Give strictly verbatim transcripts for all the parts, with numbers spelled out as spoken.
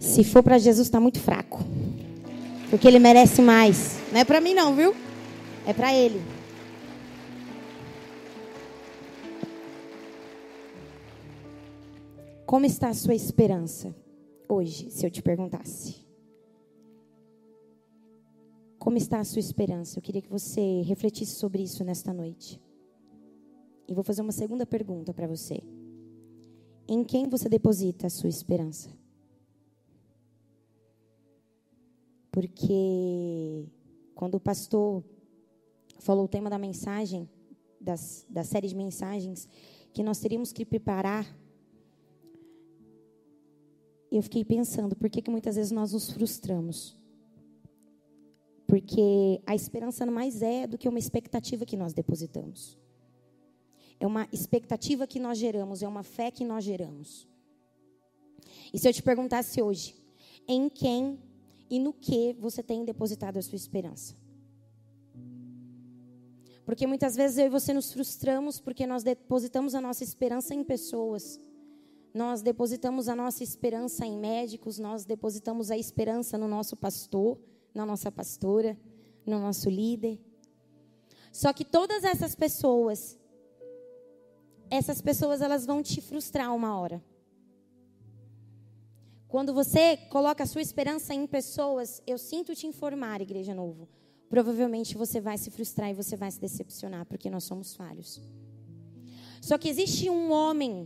Se for para Jesus, está muito fraco. Porque ele merece mais. Não é para mim não, viu? É para ele. Como está a sua esperança hoje, se eu te perguntasse? Como está a sua esperança? Eu queria que você refletisse sobre isso nesta noite. E vou fazer uma segunda pergunta para você. Em quem você deposita a sua esperança? Porque quando o pastor falou o tema da mensagem, das, da série de mensagens, que nós teríamos que preparar, eu fiquei pensando, por que que muitas vezes nós nos frustramos? Porque a esperança não mais é do que uma expectativa que nós depositamos. É uma expectativa que nós geramos, é uma fé que nós geramos. E se eu te perguntasse hoje, em quem e no que você tem depositado a sua esperança? Porque muitas vezes eu e você nos frustramos porque nós depositamos a nossa esperança em pessoas. Nós depositamos a nossa esperança em médicos, nós depositamos a esperança no nosso pastor, na nossa pastora, no nosso líder. Só que todas essas pessoas, essas pessoas elas vão te frustrar uma hora. Quando você coloca a sua esperança em pessoas, eu sinto te informar, Igreja Novo, provavelmente você vai se frustrar e você vai se decepcionar, porque nós somos falhos. Só que existe um homem,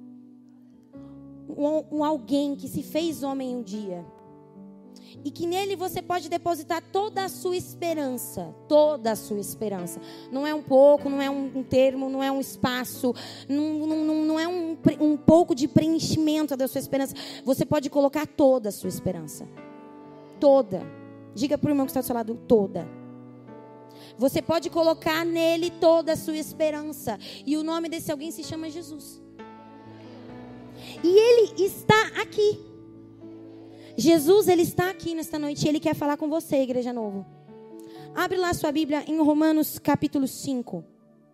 um, um alguém que se fez homem um dia, e que nele você pode depositar toda a sua esperança, toda a sua esperança. Não é um pouco, não é um, um termo, não é um espaço, não, não, não é um, um pouco de preenchimento da sua esperança. Você pode colocar toda a sua esperança. Toda. Diga para o irmão que está do seu lado, toda. Você pode colocar nele toda a sua esperança. E o nome desse alguém se chama Jesus. E ele está aqui. Jesus, ele está aqui nesta noite e ele quer falar com você, Igreja Novo. Abre lá sua Bíblia em Romanos capítulo cinco.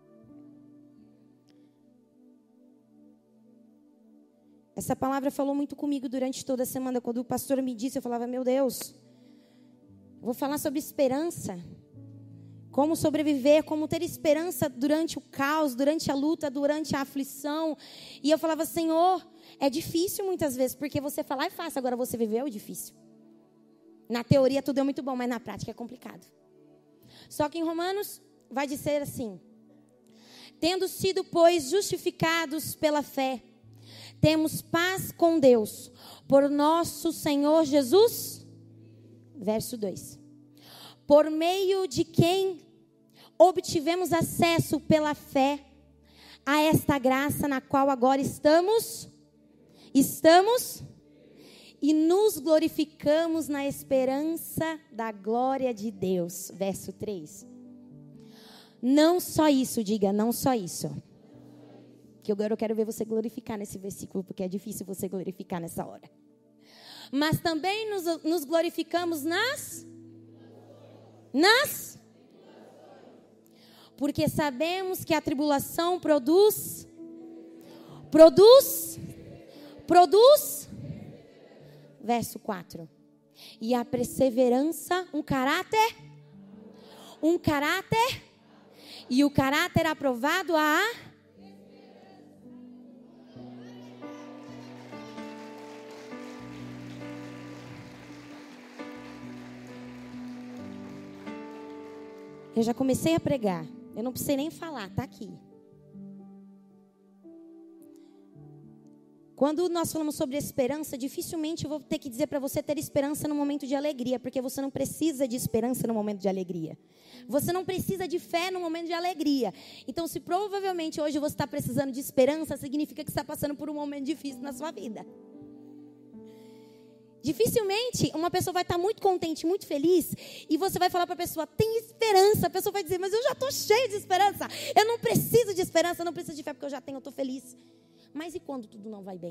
Essa palavra falou muito comigo durante toda a semana. Quando o pastor me disse, eu falava, meu Deus, vou falar sobre esperança. Como sobreviver, como ter esperança durante o caos, durante a luta, durante a aflição. E eu falava, Senhor, é difícil muitas vezes, porque você falar é fácil, agora você viver é difícil. Na teoria tudo é muito bom, mas na prática é complicado. Só que em Romanos vai dizer assim: tendo sido, pois, justificados pela fé, temos paz com Deus, por nosso Senhor Jesus, verso dois. Por meio de quem obtivemos acesso pela fé a esta graça na qual agora estamos, estamos e nos glorificamos na esperança da glória de Deus. Verso três. Não só isso, diga, não só isso. Que agora eu quero ver você glorificar nesse versículo, porque é difícil você glorificar nessa hora. Mas também nos, nos glorificamos nas... Nas... Porque sabemos que a tribulação produz... Produz... Produz... Verso quatro. E a perseverança, um caráter... Um caráter... E o caráter aprovado a... Eu já comecei a pregar. Eu não precisei nem falar, está aqui. Quando nós falamos sobre esperança, dificilmente eu vou ter que dizer para você ter esperança no momento de alegria, porque você não precisa de esperança no momento de alegria. Você não precisa de fé no momento de alegria. Então, se provavelmente hoje você está precisando de esperança, significa que você está passando por um momento difícil na sua vida. Dificilmente uma pessoa vai estar muito contente, muito feliz, e você vai falar para a pessoa, tem esperança. A pessoa vai dizer, mas eu já estou cheio de esperança. Eu não preciso de esperança, eu não preciso de fé, porque eu já tenho, eu estou feliz. Mas e quando tudo não vai bem?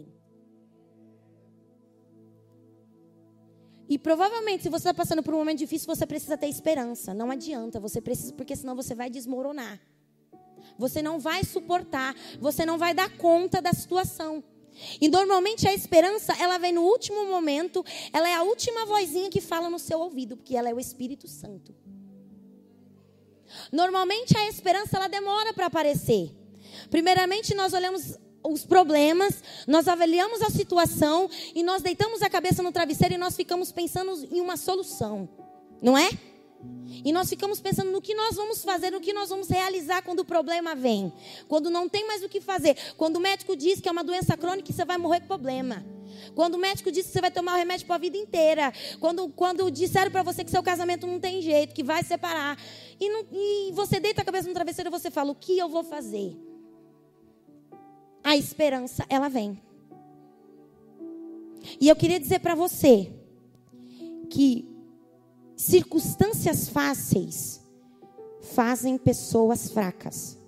E provavelmente, se você está passando por um momento difícil, você precisa ter esperança. Não adianta, você precisa, porque senão você vai desmoronar. Você não vai suportar, você não vai dar conta da situação. E normalmente a esperança, ela vem no último momento, ela é a última vozinha que fala no seu ouvido, porque ela é o Espírito Santo. Normalmente a esperança, ela demora para aparecer. Primeiramente nós olhamos os problemas, nós avaliamos a situação e nós deitamos a cabeça no travesseiro e nós ficamos pensando em uma solução, não é? E nós ficamos pensando no que nós vamos fazer, no que nós vamos realizar quando o problema vem. Quando não tem mais o que fazer. Quando o médico diz que é uma doença crônica e você vai morrer com problema. Quando o médico diz que você vai tomar o remédio para a vida inteira. Quando, quando disseram para você que seu casamento não tem jeito, que vai separar. E, não, e você deita a cabeça no travesseiro e você fala, o que eu vou fazer? A esperança, ela vem. E eu queria dizer para você que circunstâncias fáceis fazem pessoas fracas.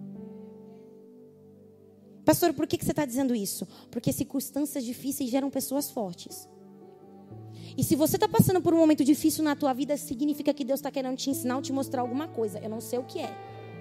Pastor, por que, que você está dizendo isso? Porque circunstâncias difíceis geram pessoas fortes. E se você está passando por um momento difícil na tua vida, significa que Deus está querendo te ensinar ou te mostrar alguma coisa. Eu não sei o que é.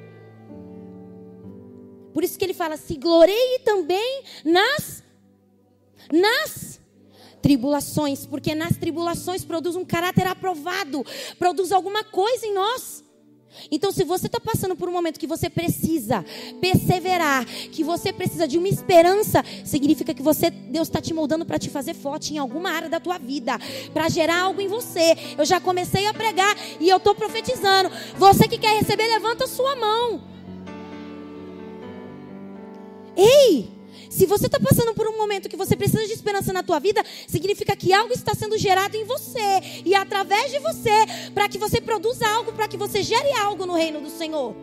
Por isso que ele fala, se glorie também nas... Nas... tribulações, porque nas tribulações produz um caráter aprovado, produz alguma coisa em nós. Então, se você está passando por um momento que você precisa perseverar, que você precisa de uma esperança, significa que você, Deus está te moldando para te fazer forte em alguma área da tua vida, para gerar algo em você. Eu já comecei a pregar e eu estou profetizando. Você que quer receber, levanta a sua mão. Ei! Se você está passando por um momento que você precisa de esperança na tua vida, significa que algo está sendo gerado em você. E através de você, para que você produza algo, para que você gere algo no reino do Senhor.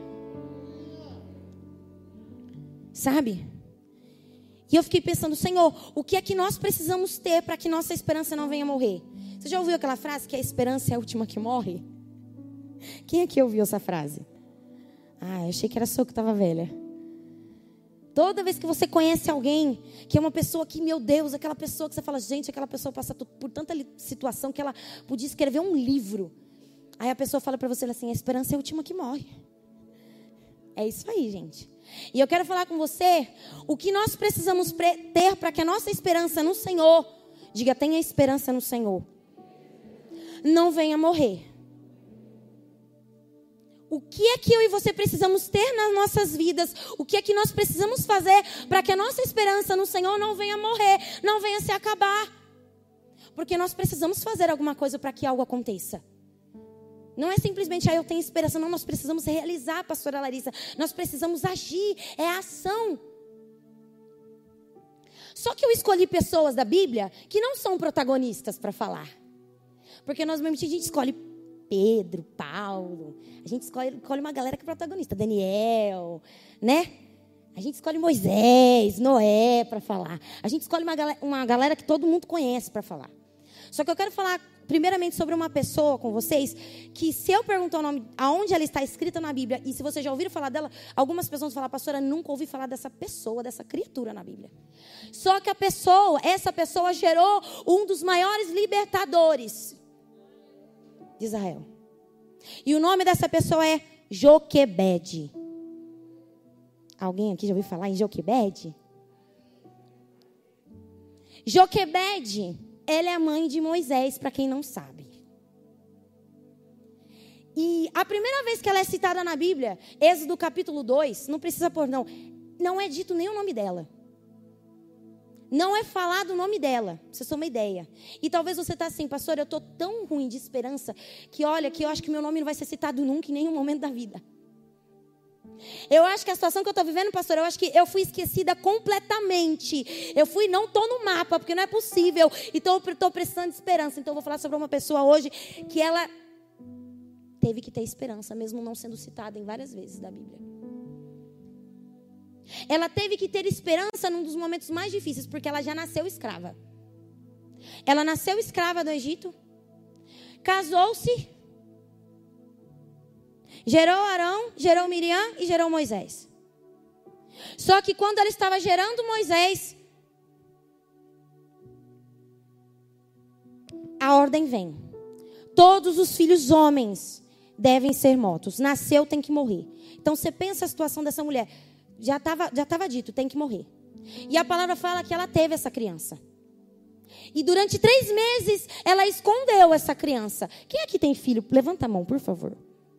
Sabe? E eu fiquei pensando, Senhor, o que é que nós precisamos ter para que nossa esperança não venha morrer? Você já ouviu aquela frase que a esperança é a última que morre? Quem aqui ouviu essa frase? Ah, eu achei que era só que estava velha. Toda vez que você conhece alguém, que é uma pessoa que, meu Deus, aquela pessoa que você fala, gente, aquela pessoa passa por tanta situação que ela podia escrever um livro. Aí a pessoa fala para você assim, a esperança é a última que morre. É isso aí, gente. E eu quero falar com você, o que nós precisamos ter para que a nossa esperança no Senhor, diga, tenha esperança no Senhor, não venha morrer. O que é que eu e você precisamos ter nas nossas vidas? O que é que nós precisamos fazer para que a nossa esperança no Senhor não venha morrer, não venha se acabar? Porque nós precisamos fazer alguma coisa para que algo aconteça. Não é simplesmente, ah, eu tenho esperança. Não, nós precisamos realizar, pastora Larissa. Nós precisamos agir, é a ação. Só que eu escolhi pessoas da Bíblia que não são protagonistas para falar. Porque nós mesmo a gente escolhe Pedro, Paulo, a gente escolhe, escolhe uma galera que é protagonista, Daniel, né? A gente escolhe Moisés, Noé para falar. A gente escolhe uma galera, uma galera que todo mundo conhece para falar. Só que eu quero falar primeiramente sobre uma pessoa com vocês, que se eu perguntar o nome, aonde ela está escrita na Bíblia, e se vocês já ouviram falar dela, algumas pessoas vão falar, pastora, nunca ouvi falar dessa pessoa, dessa criatura na Bíblia. Só que a pessoa, essa pessoa gerou um dos maiores libertadores de Israel. E o nome dessa pessoa é Joquebede. Alguém aqui já ouviu falar em Joquebede? Joquebede, ela é a mãe de Moisés, para quem não sabe. E a primeira vez que ela é citada na Bíblia, Êxodo capítulo dois, não precisa pôr não, não é dito nem o nome dela. Não é falado o nome dela, pra vocês terem uma ideia. E talvez você está assim, pastor, eu estou tão ruim de esperança, que olha, que eu acho que meu nome não vai ser citado nunca em nenhum momento da vida. Eu acho que a situação que eu estou vivendo, pastor, eu acho que eu fui esquecida completamente. Eu fui, não estou no mapa, porque não é possível. Então eu estou precisando de esperança. Então eu vou falar sobre uma pessoa hoje que ela teve que ter esperança, mesmo não sendo citada em várias vezes da Bíblia. Ela teve que ter esperança num dos momentos mais difíceis, porque ela já nasceu escrava. Ela nasceu escrava do Egito, casou-se, gerou Arão, gerou Miriam e gerou Moisés. Só que quando ela estava gerando Moisés, a ordem vem. Todos os filhos homens devem ser mortos. Nasceu, tem que morrer. Então você pensa a situação dessa mulher. Já estava já estava dito, tem que morrer. E a palavra fala que ela teve essa criança. E durante três meses, ela escondeu essa criança. Quem aqui tem filho? Levanta a mão, por favor.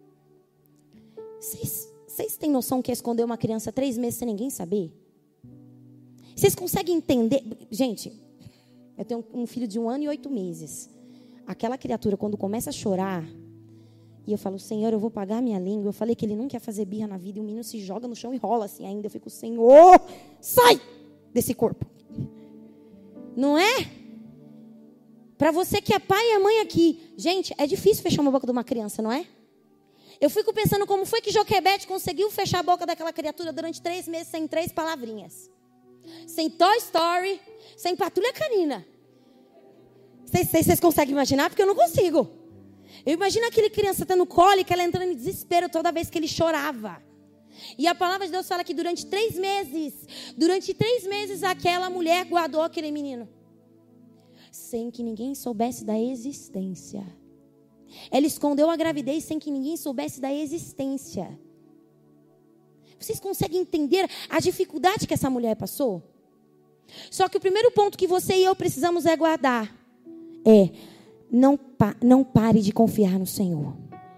Vocês, vocês têm noção que é esconder uma criança três meses sem ninguém saber? Vocês conseguem entender? Gente, eu tenho um filho de um ano e oito meses. Aquela criatura, quando começa a chorar, e eu falo, Senhor, eu vou pagar a minha língua. Eu falei que ele não quer fazer birra na vida, e o menino se joga no chão e rola assim ainda. Eu fico, Senhor, sai desse corpo. Não é? Para você que é pai e é mãe aqui, gente, é difícil fechar uma boca de uma criança, não é? Eu fico pensando como foi que Joquebede conseguiu fechar a boca daquela criatura durante três meses sem três palavrinhas. Sem Toy Story, sem Patrulha Canina. Vocês, vocês conseguem imaginar? Porque eu não consigo. Eu imagino aquele criança tendo cólica, ela entrando em desespero toda vez que ele chorava. E a palavra de Deus fala que durante três meses, durante três meses aquela mulher guardou aquele menino. Sem que ninguém soubesse da existência. Ela escondeu a gravidez sem que ninguém soubesse da existência. Vocês conseguem entender a dificuldade que essa mulher passou? Só que o primeiro ponto que você e eu precisamos é guardar. É, não, pa- não pare de confiar no Senhor.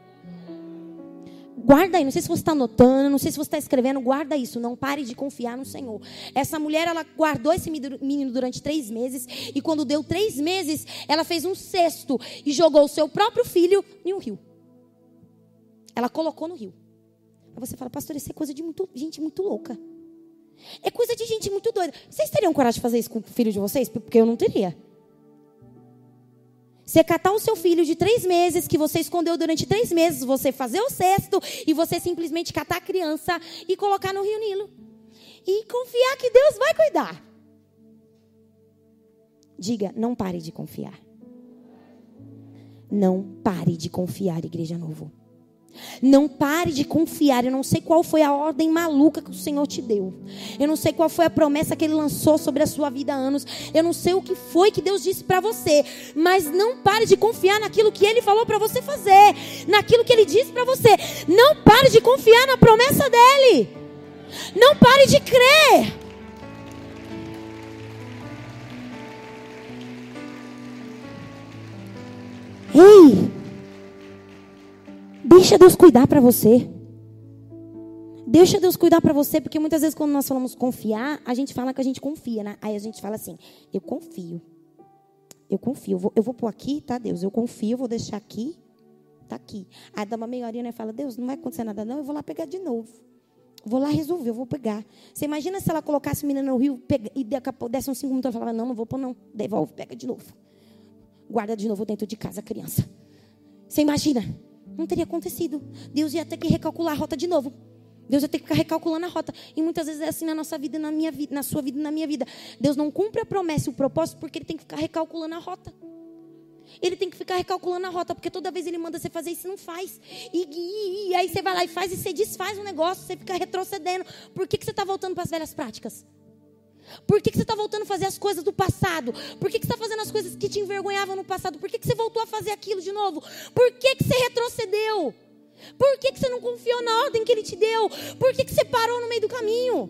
Guarda aí, não sei se você está anotando, não sei se você está escrevendo, guarda isso, não pare de confiar no Senhor. Essa mulher, ela guardou esse menino durante três meses, e quando deu três meses, ela fez um cesto e jogou o seu próprio filho em um rio. Ela colocou no rio. Aí você fala, pastor, isso é coisa de muito, gente muito louca. É coisa de gente muito doida. Vocês teriam coragem de fazer isso com o filho de vocês? Porque eu não teria. Você catar o seu filho de três meses, que você escondeu durante três meses, você fazer o cesto e você simplesmente catar a criança e colocar no Rio Nilo. E confiar que Deus vai cuidar. Diga, não pare de confiar. Não pare de confiar, Igreja Novo. Não pare de confiar. Eu não sei qual foi a ordem maluca que o Senhor te deu. Eu não sei qual foi a promessa que Ele lançou sobre a sua vida há anos. Eu não sei o que foi que Deus disse para você. Mas não pare de confiar naquilo que Ele falou para você fazer. Naquilo que Ele disse para você. Não pare de confiar na promessa dEle. Não pare de crer. Ei! Deixa Deus cuidar para você. Deixa Deus cuidar para você, porque muitas vezes quando nós falamos confiar, a gente fala que a gente confia, né? Aí a gente fala assim, eu confio. Eu confio. Eu vou, eu vou pôr aqui, tá, Deus? Eu confio, eu vou deixar aqui, tá aqui. Aí dá uma meia horinha, né? Fala, Deus, não vai acontecer nada não, eu vou lá pegar de novo. Vou lá resolver, eu vou pegar. Você imagina se ela colocasse o menino no rio pega, e desse uns cinco minutos, ela falava, não, não vou pôr não. Devolve, pega de novo. Guarda de novo dentro de casa a criança. Você imagina? Não teria acontecido. Deus ia ter que recalcular a rota de novo. Deus ia ter que ficar recalculando a rota. E muitas vezes é assim na nossa vida, na minha vida, na sua vida, na minha vida. Deus não cumpre a promessa e o propósito porque Ele tem que ficar recalculando a rota. Ele tem que ficar recalculando a rota, porque toda vez Ele manda você fazer isso, não faz. E, e, e aí você vai lá e faz e você desfaz um negócio, você fica retrocedendo. Por que, que você está voltando para as velhas práticas? Por que, que você está voltando a fazer as coisas do passado? Por que, que você está fazendo as coisas que te envergonhavam no passado? Por que, que você voltou a fazer aquilo de novo? Por que, que você retrocedeu? Por que, que você não confiou na ordem que Ele te deu? Por que, que você parou no meio do caminho?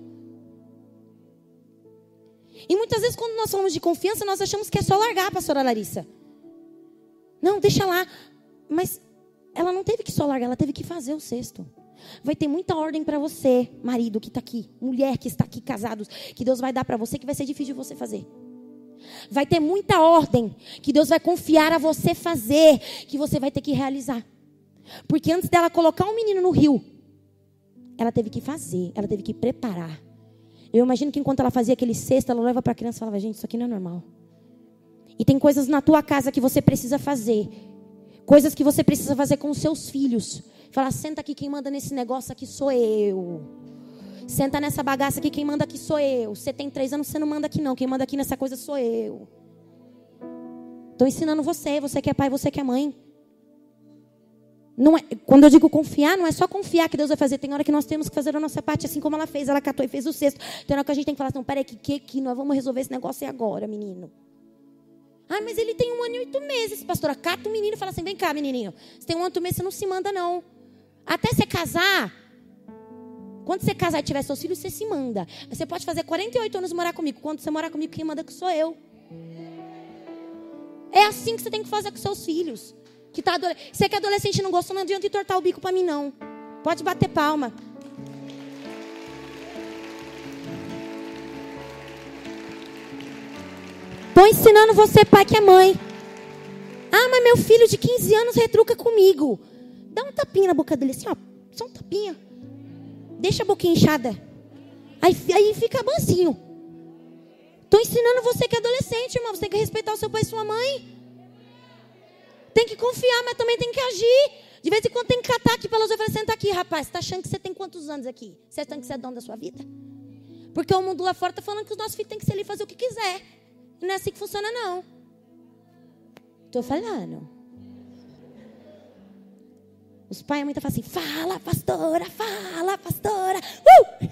E muitas vezes quando nós falamos de confiança, nós achamos que é só largar, pastora Larissa. Não, deixa lá. Mas ela não teve que só largar, ela teve que fazer o cesto. Vai ter muita ordem para você, marido que está aqui, mulher que está aqui, casados, que Deus vai dar para você, que vai ser difícil de você fazer. Vai ter muita ordem que Deus vai confiar a você fazer, que você vai ter que realizar. Porque antes dela colocar um menino no rio, ela teve que fazer, ela teve que preparar. Eu imagino que enquanto ela fazia aquele cesto, ela leva para a criança e falava, gente, isso aqui não é normal. E tem coisas na tua casa que você precisa fazer. Coisas que você precisa fazer com os seus filhos. Fala, senta aqui, quem manda nesse negócio aqui sou eu. Senta nessa bagaça aqui, quem manda aqui sou eu. Você tem três anos, você não manda aqui não. Quem manda aqui nessa coisa sou eu. Estou ensinando você, você que é pai, você que é mãe. Não é, quando eu digo confiar, não é só confiar que Deus vai fazer. Tem hora que nós temos que fazer a nossa parte, assim como ela fez. Ela catou e fez o cesto. Tem hora que a gente tem que falar assim, peraí, que, que, que nós vamos resolver esse negócio agora, menino. Ah, mas ele tem um ano e oito meses, pastora. Cata o menino e fala assim, vem cá, menininho. Você tem um ano e oito meses, você não se manda, não. Até você casar, Quando você casar e tiver seus filhos, você se manda. Mas você pode fazer quarenta e oito anos morar comigo. Quando você morar comigo, quem manda que sou eu. É assim que você tem que fazer com seus filhos. Que tá adole... Você que é adolescente e não gosta, não adianta entortar o bico para mim, não. Pode bater palma. Estou ensinando você, pai, que é mãe. Ah, mas meu filho de quinze anos retruca comigo. Dá um tapinha na boca dele assim, ó. Só um tapinha. Deixa a boquinha inchada. Aí, aí fica mansinho. Estou ensinando você que é adolescente, irmão. Você tem que respeitar o seu pai e sua mãe. Tem que confiar, mas também tem que agir. De vez em quando tem que catar aqui pelas ovelhas. Senta aqui, rapaz. Você está achando que você tem quantos anos aqui? Você está achando que você é dono da sua vida? Porque o mundo lá fora está falando que os nossos filhos têm que ser ali e fazer o que quiser. Não é assim que funciona, não. Estou falando. Os pais e a mãe estão falando assim, fala, pastora, fala, pastora. Uh!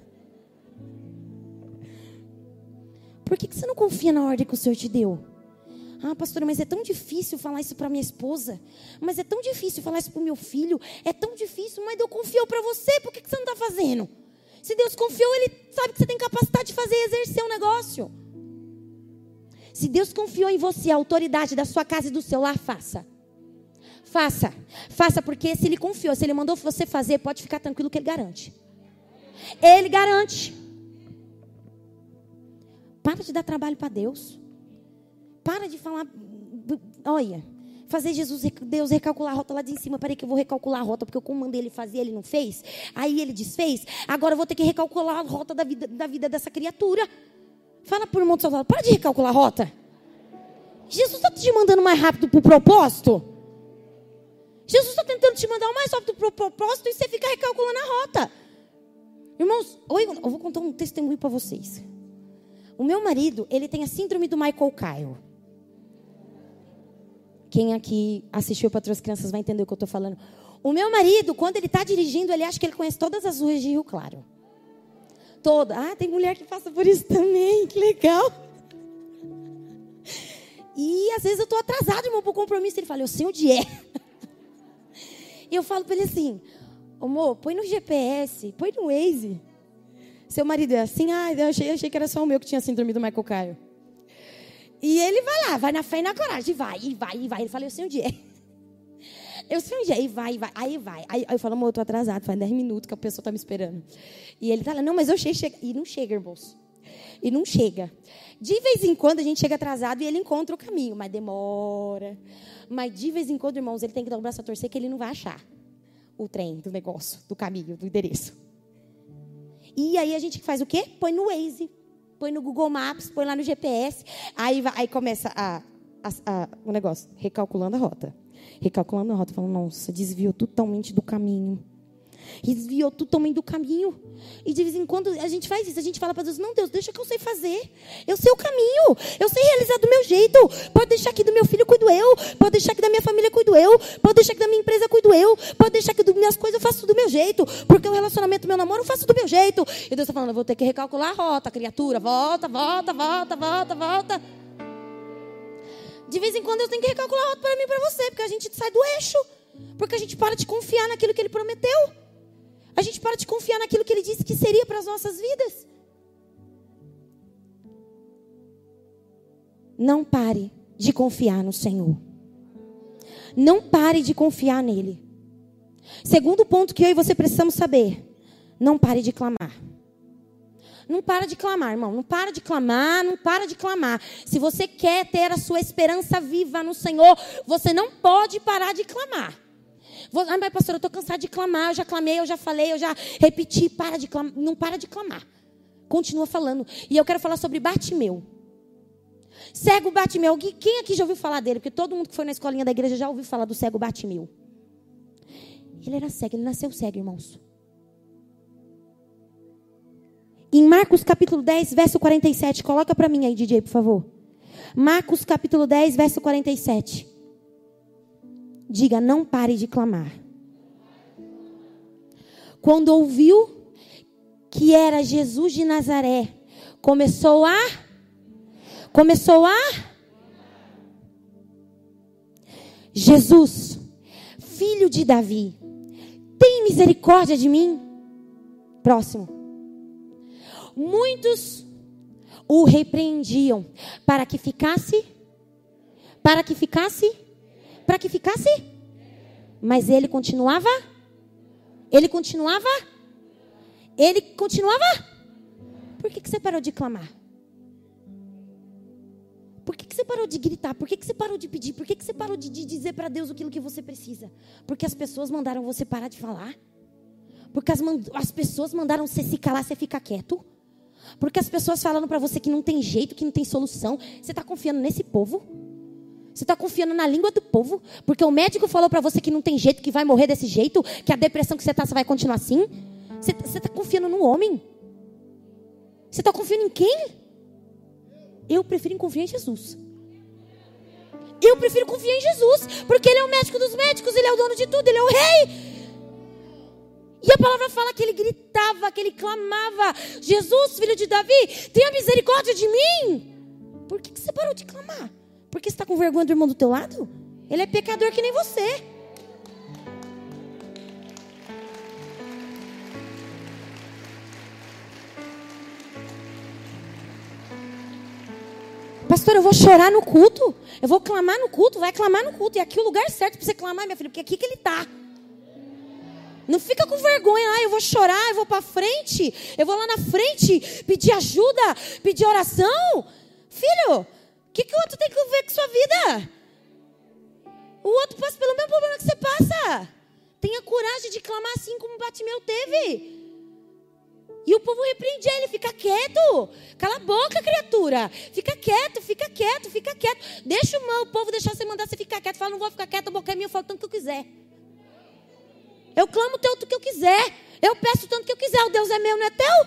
Por que, que você não confia na ordem que o Senhor te deu? Ah, pastora, mas é tão difícil falar isso para minha esposa. Mas é tão difícil falar isso para o meu filho. É tão difícil, mas Deus confiou para você. Por que, que você não está fazendo? Se Deus confiou, Ele sabe que você tem capacidade de fazer e exercer o negócio. Se Deus confiou em você a autoridade da sua casa e do seu lar, faça. Faça. Faça, porque se Ele confiou, se Ele mandou você fazer, pode ficar tranquilo que Ele garante. Ele garante. Para de dar trabalho para Deus. Para de falar, olha, fazer Jesus, Deus recalcular a rota lá de cima. Peraí que eu vou recalcular a rota, porque eu comandei Ele fazer, Ele não fez. Aí Ele desfez. Agora eu vou ter que recalcular a rota da vida, da vida dessa criatura. Fala por um monte de soldado, para de recalcular a rota. Jesus está te mandando mais rápido para o propósito. Jesus está tentando te mandar o mais rápido para o propósito e você fica recalculando a rota. Irmãos, eu vou contar um testemunho para vocês. O meu marido, ele tem a síndrome do Michael Kyle. Quem aqui assistiu para outras crianças vai entender o que eu estou falando. O meu marido, quando ele está dirigindo, ele acha que ele conhece todas as ruas de Rio Claro. Toda. Ah, tem mulher que passa por isso também, que legal. E às vezes eu estou atrasada, irmão, para o compromisso. Ele fala, eu sei onde é. E eu falo para ele assim, amor, põe no G P S, põe no Waze. Seu marido é assim, ah, eu achei, achei que era só o meu que tinha síndrome do Michael Kyle. E ele vai lá, vai na fé e na coragem, vai, e vai, e vai. Ele fala, eu sei onde é. Eu sei onde é, e vai, e vai. Aí vai. Aí eu falo, amor, eu tô atrasado, faz dez minutos que a pessoa tá me esperando. E ele tá lá, não, mas eu chego, chego. E não chega, irmãos. E não chega. De vez em quando a gente chega atrasado e ele encontra o caminho, mas demora. Mas de vez em quando, irmãos, ele tem que dar o braço a torcer que ele não vai achar o trem do negócio, do caminho, do endereço. E aí a gente faz o quê? Põe no Waze, põe no Google Maps, põe lá no G P S. Aí, vai, aí começa a, a, a, o negócio, recalculando a rota. Recalculando a rota, falando, nossa, desviou totalmente do caminho. Desviou totalmente do caminho. E de vez em quando a gente faz isso, a gente fala para Deus, não, Deus, deixa que eu sei fazer. Eu sei o caminho, eu sei realizar do meu jeito. Pode deixar que do meu filho cuido eu. Pode deixar que da minha família cuido eu. Pode deixar que da minha empresa cuido eu. Pode deixar que das minhas coisas eu faço do meu jeito. Porque o relacionamento, meu namoro, eu faço do meu jeito. E Deus está falando, eu vou ter que recalcular a rota, criatura. Volta, volta, volta, volta, volta. De vez em quando Deus tem que recalcular a rota para mim e para você. Porque a gente sai do eixo. Porque a gente para de confiar naquilo que Ele prometeu. A gente para de confiar naquilo que Ele disse que seria para as nossas vidas. Não pare de confiar no Senhor. Não pare de confiar nele. Segundo ponto que eu e você precisamos saber. Não pare de clamar. Não para de clamar, irmão. Não para de clamar, não para de clamar. Se você quer ter a sua esperança viva no Senhor, você não pode parar de clamar. Ah, mas pastor, eu estou cansado de clamar, eu já clamei, eu já falei, eu já repeti, para de clamar. Não para de clamar. Continua falando. E eu quero falar sobre Bartimeu. Cego Bartimeu. Quem aqui já ouviu falar dele? Porque todo mundo que foi na escolinha da igreja já ouviu falar do cego Bartimeu. Ele era cego, ele nasceu cego, irmãos. Em Marcos capítulo dez, verso quarenta e sete. Coloca para mim aí, D J, por favor. Marcos capítulo dez, verso quarenta e sete. Diga, não pare de clamar. Quando ouviu que era Jesus de Nazaré, começou a... Começou a... Jesus, filho de Davi, tem misericórdia de mim. Próximo. Muitos o repreendiam para que ficasse, para que ficasse, para que ficasse, mas ele continuava, ele continuava, ele continuava. Por que que você parou de clamar? Por que que você parou de gritar? Por que que você parou de pedir? Por que que você parou de, de dizer para Deus aquilo que você precisa? Porque as pessoas mandaram você parar de falar? Porque as, as pessoas mandaram você se calar, você ficar quieto? Porque as pessoas falaram para você que não tem jeito, que não tem solução? Você está confiando nesse povo? Você está confiando na língua do povo? Porque o médico falou para você que não tem jeito, que vai morrer desse jeito, que a depressão que você está, você vai continuar assim? Você está confiando no homem? Você está confiando em quem? Eu prefiro confiar em Jesus. Eu prefiro confiar em Jesus, porque Ele é o médico dos médicos, Ele é o dono de tudo, Ele é o rei. E a palavra fala que Ele gritava, que Ele clamava: Jesus, filho de Davi, tenha misericórdia de mim. Por que que você parou de clamar? Porque você está com vergonha do irmão do teu lado? Ele é pecador que nem você. Pastor, eu vou chorar no culto. Eu vou clamar no culto. Vai clamar no culto. E aqui é o lugar certo para você clamar, minha filha. Porque é aqui que ele está. Não fica com vergonha. Ah, eu vou chorar, eu vou para frente. Eu vou lá na frente pedir ajuda, pedir oração. Filho, o que, que o outro tem que ver com sua vida? O outro passa pelo mesmo problema que você passa. Tenha coragem de clamar assim como o Bartimeu teve. E o povo repreendia ele, fica quieto. Cala a boca, criatura. Fica quieto, fica quieto, fica quieto. Deixa o, o povo deixar você mandar você ficar quieto. Fala, não vou ficar quieto, a boca é minha, eu falo tanto que eu quiser. Eu clamo tanto que eu quiser. Eu peço tanto que eu quiser. O Deus é meu, não é teu?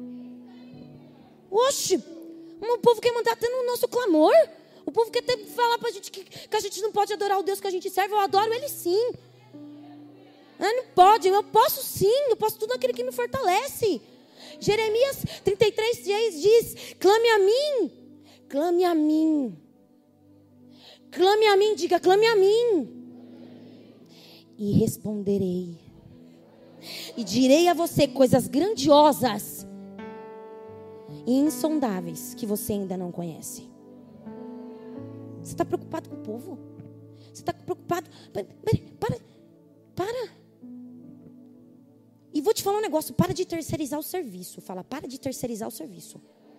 Oxe, o povo quer mandar até no nosso clamor. O povo quer até falar pra gente que, que a gente não pode adorar o Deus que a gente serve. Eu adoro ele sim. Ah, não pode, eu posso sim. Eu posso tudo aquele que me fortalece. Jeremias trinta e três, seis diz: clame a mim, clame a mim, clame a mim, diga, clame a mim, e responderei, e direi a você coisas grandiosas e insondáveis que você ainda não conhece. Você está preocupado com o povo? Você está preocupado? Para, para, para. E vou te falar um negócio, para de terceirizar o serviço. Fala, para de terceirizar o serviço.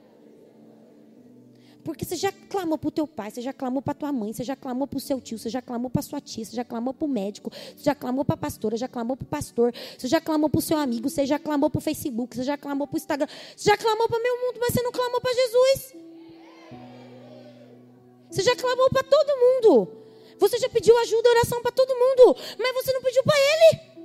Porque você já clamou para o teu pai, você já clamou para a tua mãe, você já clamou para o seu tio, você já clamou para a sua tia, você já clamou para o médico, você já clamou para a pastora, já clamou para o pastor, você já clamou para o seu amigo, você já clamou para o Facebook, você já clamou para o Instagram, você já clamou para o meu mundo, mas você não clamou para Jesus. Você já clamou para todo mundo. Você já pediu ajuda, oração para todo mundo, mas você não pediu para Ele.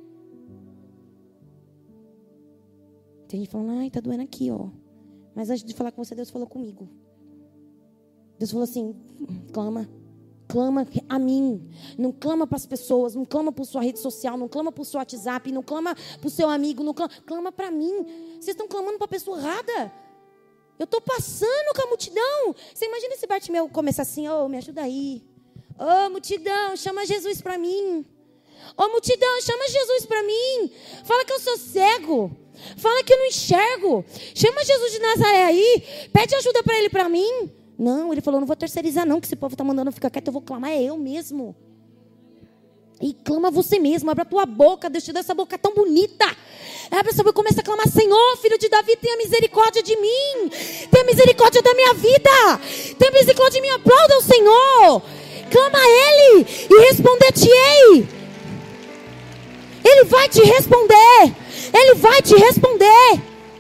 Tem gente falando, ai, tá doendo aqui, ó. Mas antes de falar com você, Deus falou comigo. Deus falou assim, clama, clama a mim. Não clama para as pessoas, não clama para sua rede social, não clama para o seu WhatsApp, não clama para o seu amigo, não clama, clama para mim. Vocês estão clamando para a pessoa errada. Eu estou passando com a multidão. Você imagina esse Bartimeu começar assim, ô, oh, me ajuda aí. Ô, oh, multidão, chama Jesus para mim. Ô, oh, multidão, chama Jesus para mim. Fala que eu sou cego. Fala que eu não enxergo. Chama Jesus de Nazaré aí. Pede ajuda para ele, para mim. Não, ele falou, não vou terceirizar não, que esse povo está mandando ficar quieto, eu vou clamar, é eu mesmo. E clama você mesmo, abre a tua boca, Deus te dá essa boca tão bonita. Abre essa boca e começa a clamar, Senhor, filho de Davi, tenha misericórdia de mim. Tenha misericórdia da minha vida. Tenha misericórdia de mim, aplauda o Senhor. Clama a Ele e responder-te-ei. Ele vai te responder. Ele vai te responder.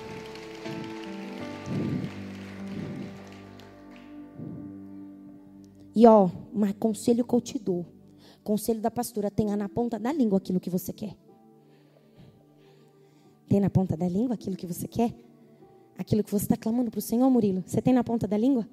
E ó, um conselho que eu te dou. Conselho da pastora, tenha na ponta da língua aquilo que você quer. Tem na ponta da língua aquilo que você quer? Aquilo que você está clamando para o Senhor, Murilo? Você tem na ponta da língua?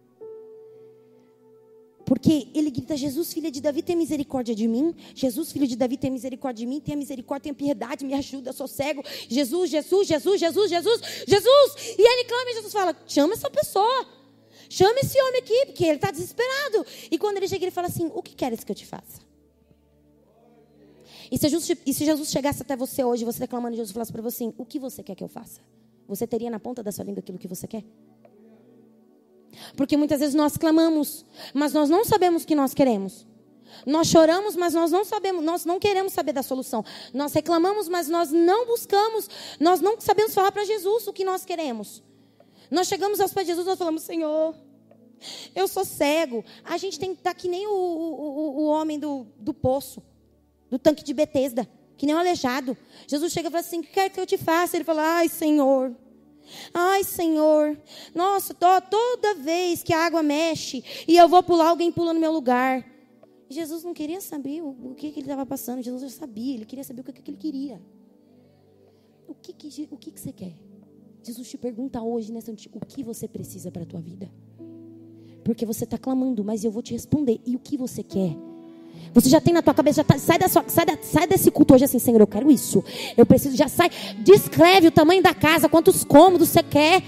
Porque ele grita, Jesus, filha de Davi, tenha misericórdia de mim. Jesus, filho de Davi, tenha misericórdia de mim. Tenha misericórdia, tenha piedade, me ajuda, eu sou cego. Jesus, Jesus, Jesus, Jesus, Jesus, Jesus. E ele clama e Jesus fala, chama essa pessoa. Chama esse homem aqui, porque ele está desesperado. E quando ele chega, ele fala assim, o que queres que eu te faça? E se, Jesus, e se Jesus chegasse até você hoje, você reclamando de Jesus, e falasse para você assim, o que você quer que eu faça? Você teria na ponta da sua língua aquilo que você quer? Porque muitas vezes nós clamamos, mas nós não sabemos o que nós queremos. Nós choramos, mas nós não sabemos, nós não queremos saber da solução. Nós reclamamos, mas nós não buscamos, nós não sabemos falar para Jesus o que nós queremos. Nós chegamos aos pés de Jesus, nós falamos, Senhor, eu sou cego. A gente tem que estar que nem o, o, o homem do, do poço, do tanque de Betesda, que nem o aleijado. Jesus chega e fala assim, o que quer que eu te faça? Ele fala, ai Senhor, ai Senhor, nossa, tô, toda vez que a água mexe e eu vou pular, alguém pula no meu lugar. E Jesus não queria saber o, o que, que ele estava passando, Jesus já sabia, ele queria saber o que, que ele queria. O que, que, o que, que você quer? Jesus te pergunta hoje, nessa noite, o que você precisa para a tua vida? Porque você está clamando, mas eu vou te responder. E o que você quer? Você já tem na tua cabeça, já tá, sai, da sua, sai, da, sai desse culto hoje assim, Senhor, eu quero isso. Eu preciso, já sai, descreve o tamanho da casa, quantos cômodos você quer.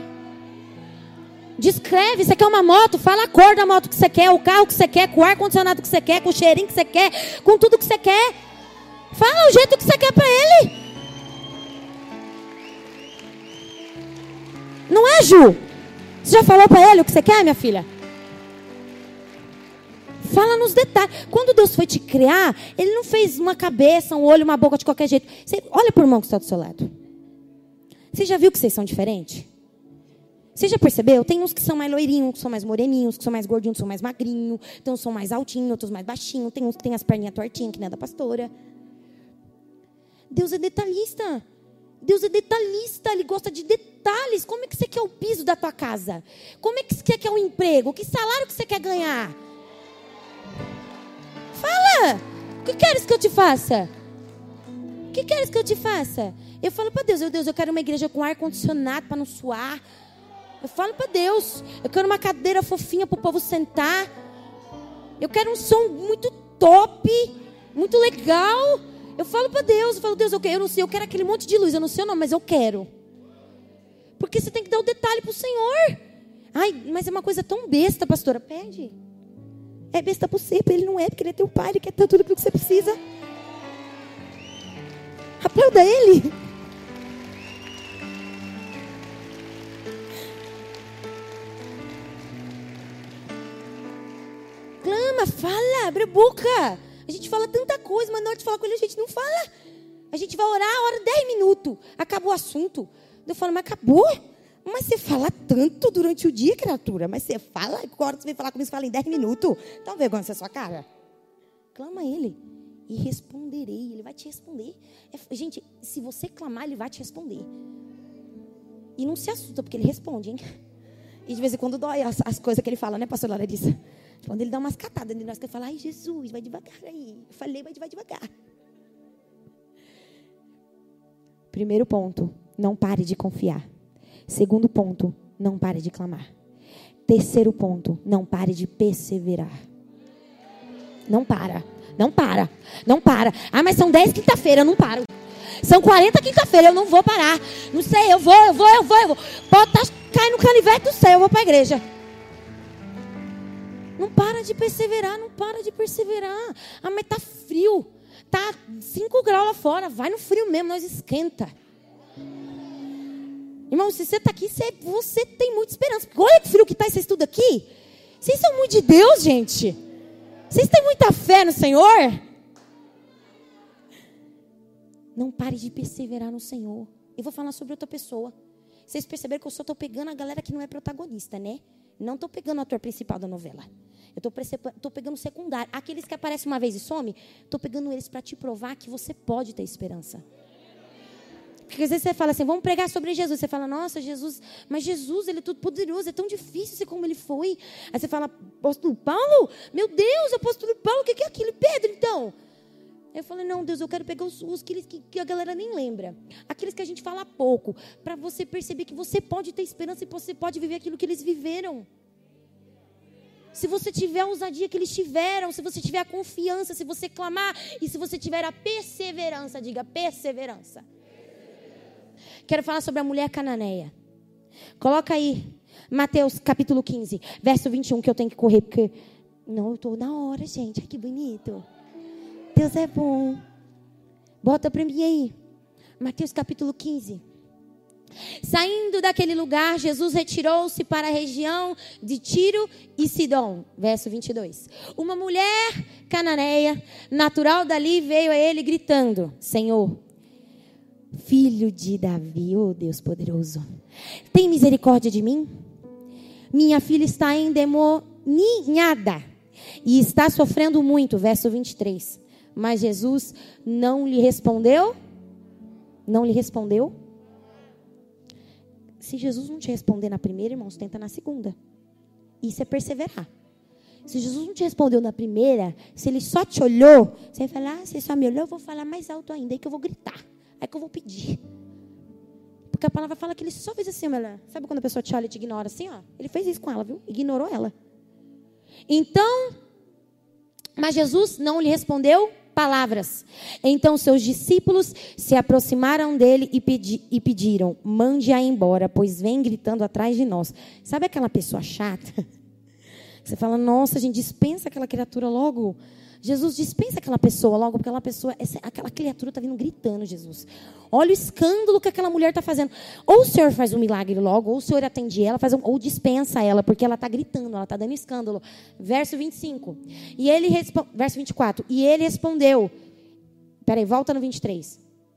Descreve, você quer uma moto, fala a cor da moto que você quer, o carro que você quer, com o ar-condicionado que você quer, com o cheirinho que você quer, com tudo que você quer. Fala o jeito que você quer para ele. Não é, Ju? Você já falou para ele o que você quer, minha filha? Fala nos detalhes. Quando Deus foi te criar, Ele não fez uma cabeça, um olho, uma boca de qualquer jeito. Você, olha para o irmão que está do seu lado. Você já viu que vocês são diferentes? Você já percebeu? Tem uns que são mais loirinhos, uns que são mais moreninhos, uns que são mais gordinhos, uns que são mais magrinhos. Tem uns que são mais altinhos, outros mais baixinhos. Tem uns que tem as perninhas tortinhas, que nem a da pastora. Deus é detalhista. Deus é detalhista, Ele gosta de detalhes. Como é que você quer o piso da tua casa? Como é que você quer o emprego? Que salário que você quer ganhar? Fala! O que queres que eu te faça? O que queres que eu te faça? Eu falo para Deus, eu, Deus, eu quero uma igreja com ar-condicionado para não suar. Eu falo para Deus, eu quero uma cadeira fofinha para o povo sentar. Eu quero um som muito top, muito legal. Eu falo para Deus, eu falo, Deus, eu, quero, eu não sei, eu quero aquele monte de luz, eu não sei o nome, mas eu quero. Porque você tem que dar o detalhe para o Senhor. Ai, mas é uma coisa tão besta, pastora. Pede. É besta para você, para ele não é, porque ele é teu pai, ele quer ter tudo aquilo que você precisa. Aplauda ele. Clama, fala, abre a boca. A gente fala tanta coisa, mas na hora de falar com ele a gente não fala. A gente vai orar, ora dez minutos. Acabou o assunto. Eu falo, mas acabou? Mas você fala tanto durante o dia, criatura. Mas você fala, agora você vem falar comigo, você fala em dez minutos. Dá uma vergonha nessa sua cara. Clama a ele e responderei. Ele vai te responder. É, gente, se você clamar, ele vai te responder. E não se assusta, porque ele responde, hein? E de vez em quando dói as, as coisas que ele fala, né, pastor Larissa? Quando ele dá umas catadas de nós, que ele fala, ai, Jesus, vai devagar aí. Eu falei, vai devagar. Primeiro ponto, não pare de confiar. Segundo ponto, não pare de clamar. Terceiro ponto, não pare de perseverar. Não para, não para, não para. Ah, mas são dez quinta-feira, eu não paro. São quarenta quinta-feira, eu não vou parar. Não sei, eu vou, eu vou, eu vou, eu vou. Pode estar caindo no canivete do céu, eu vou para a igreja. Não para de perseverar, não para de perseverar. Ah, mas tá frio. Tá cinco graus lá fora. Vai no frio mesmo, nós esquenta. Irmão, se você está aqui, você, você tem muita esperança. Olha que frio que está esse estudo aqui. Vocês são muito de Deus, gente. Vocês têm muita fé no Senhor. Não pare de perseverar no Senhor. Eu vou falar sobre outra pessoa. Vocês perceberam que eu só estou pegando a galera que não é protagonista, né? Não estou pegando o ator principal da novela. Eu estou pegando o secundário. Aqueles que aparecem uma vez e somem, estou pegando eles para te provar que você pode ter esperança. Porque às vezes você fala assim, vamos pregar sobre Jesus. Você fala, nossa, Jesus, mas Jesus, ele é todo poderoso, é tão difícil ser como ele foi. Aí você fala, apóstolo Paulo? Meu Deus, apóstolo Paulo, o que é aquilo? Pedro, então? Eu falei, não, Deus, eu quero pegar os, os que, que a galera nem lembra. Aqueles que a gente fala pouco. Para você perceber que você pode ter esperança e você pode viver aquilo que eles viveram. Se você tiver a ousadia que eles tiveram, se você tiver a confiança, se você clamar e se você tiver a perseverança, diga perseverança. Quero falar sobre a mulher cananeia. Coloca aí, Mateus capítulo quinze, verso vinte e um, que eu tenho que correr, porque... Não, eu estou na hora, gente. Ai, que bonito. Deus é bom. Bota para mim aí. Mateus capítulo quinze. Saindo daquele lugar, Jesus retirou-se para a região de Tiro e Sidom. Verso vinte e dois. Uma mulher cananeia, natural dali, veio a ele gritando: Senhor, filho de Davi, oh Deus poderoso, tem misericórdia de mim? Minha filha está endemoninhada e está sofrendo muito. Verso vinte e três. Mas Jesus não lhe respondeu? Não lhe respondeu? Se Jesus não te responder na primeira, irmãos, tenta na segunda. Isso é perseverar. Se Jesus não te respondeu na primeira, se ele só te olhou, você vai falar, ah, você só me olhou, eu vou falar mais alto ainda, aí que eu vou gritar, aí que eu vou pedir. Porque a palavra fala que ele só fez assim, ela, sabe quando a pessoa te olha e te ignora assim, ó? Ele fez isso com ela, viu? Ignorou ela. Então, mas Jesus não lhe respondeu palavras. Então seus discípulos se aproximaram dele e, pedi, e pediram: mande-a embora, pois vem gritando atrás de nós. Sabe aquela pessoa chata? Você fala, nossa, gente, dispensa aquela criatura logo. Jesus, dispensa aquela pessoa logo, porque aquela pessoa, essa, aquela criatura está vindo gritando, Jesus. Olha o escândalo que aquela mulher está fazendo. Ou o Senhor faz um milagre logo, ou o Senhor atende ela, faz um, ou dispensa ela, porque ela está gritando, ela está dando escândalo. Verso vinte e cinco. E ele respo... Verso vinte e quatro. E ele respondeu. Peraí, volta no vinte e três.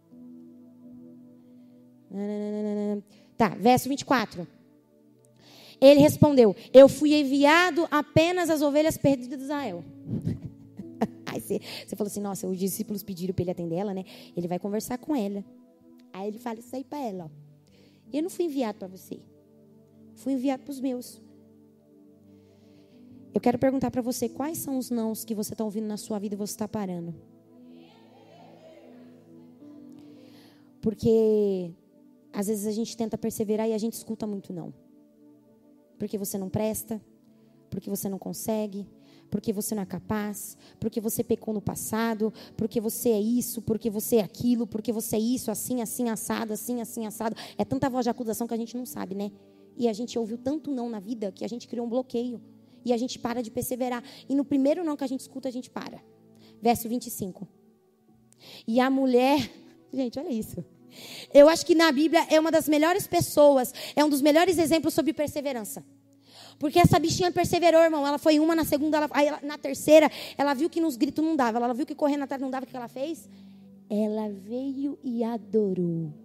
Tá, verso vinte e quatro. Ele respondeu: eu fui enviado apenas às ovelhas perdidas de Israel. Aí você, você falou assim, nossa, os discípulos pediram para ele atender ela, né? Ele vai conversar com ela. Aí ele fala isso aí para ela, ó. Eu não fui enviado para você. Fui enviado para os meus. Eu quero perguntar para você, quais são os nãos que você está ouvindo na sua vida e você está parando? Porque às vezes a gente tenta perseverar e a gente escuta muito não. Porque você não presta, porque você não consegue, porque você não é capaz, porque você pecou no passado, porque você é isso, porque você é aquilo, porque você é isso, assim, assim, assado, assim, assim, assado. É tanta voz de acusação que a gente não sabe, né? E a gente ouviu tanto não na vida que a gente criou um bloqueio. E a gente para de perseverar. E no primeiro não que a gente escuta, a gente para. Verso vinte e cinco. E a mulher... Gente, olha isso. Eu acho que na Bíblia é uma das melhores pessoas, é um dos melhores exemplos sobre perseverança. Porque essa bichinha perseverou, irmão. Ela foi uma, na segunda, ela, aí ela, na terceira, ela viu que nos gritos não dava. Ela viu que correndo atrás não dava. O que ela fez? Ela veio e adorou.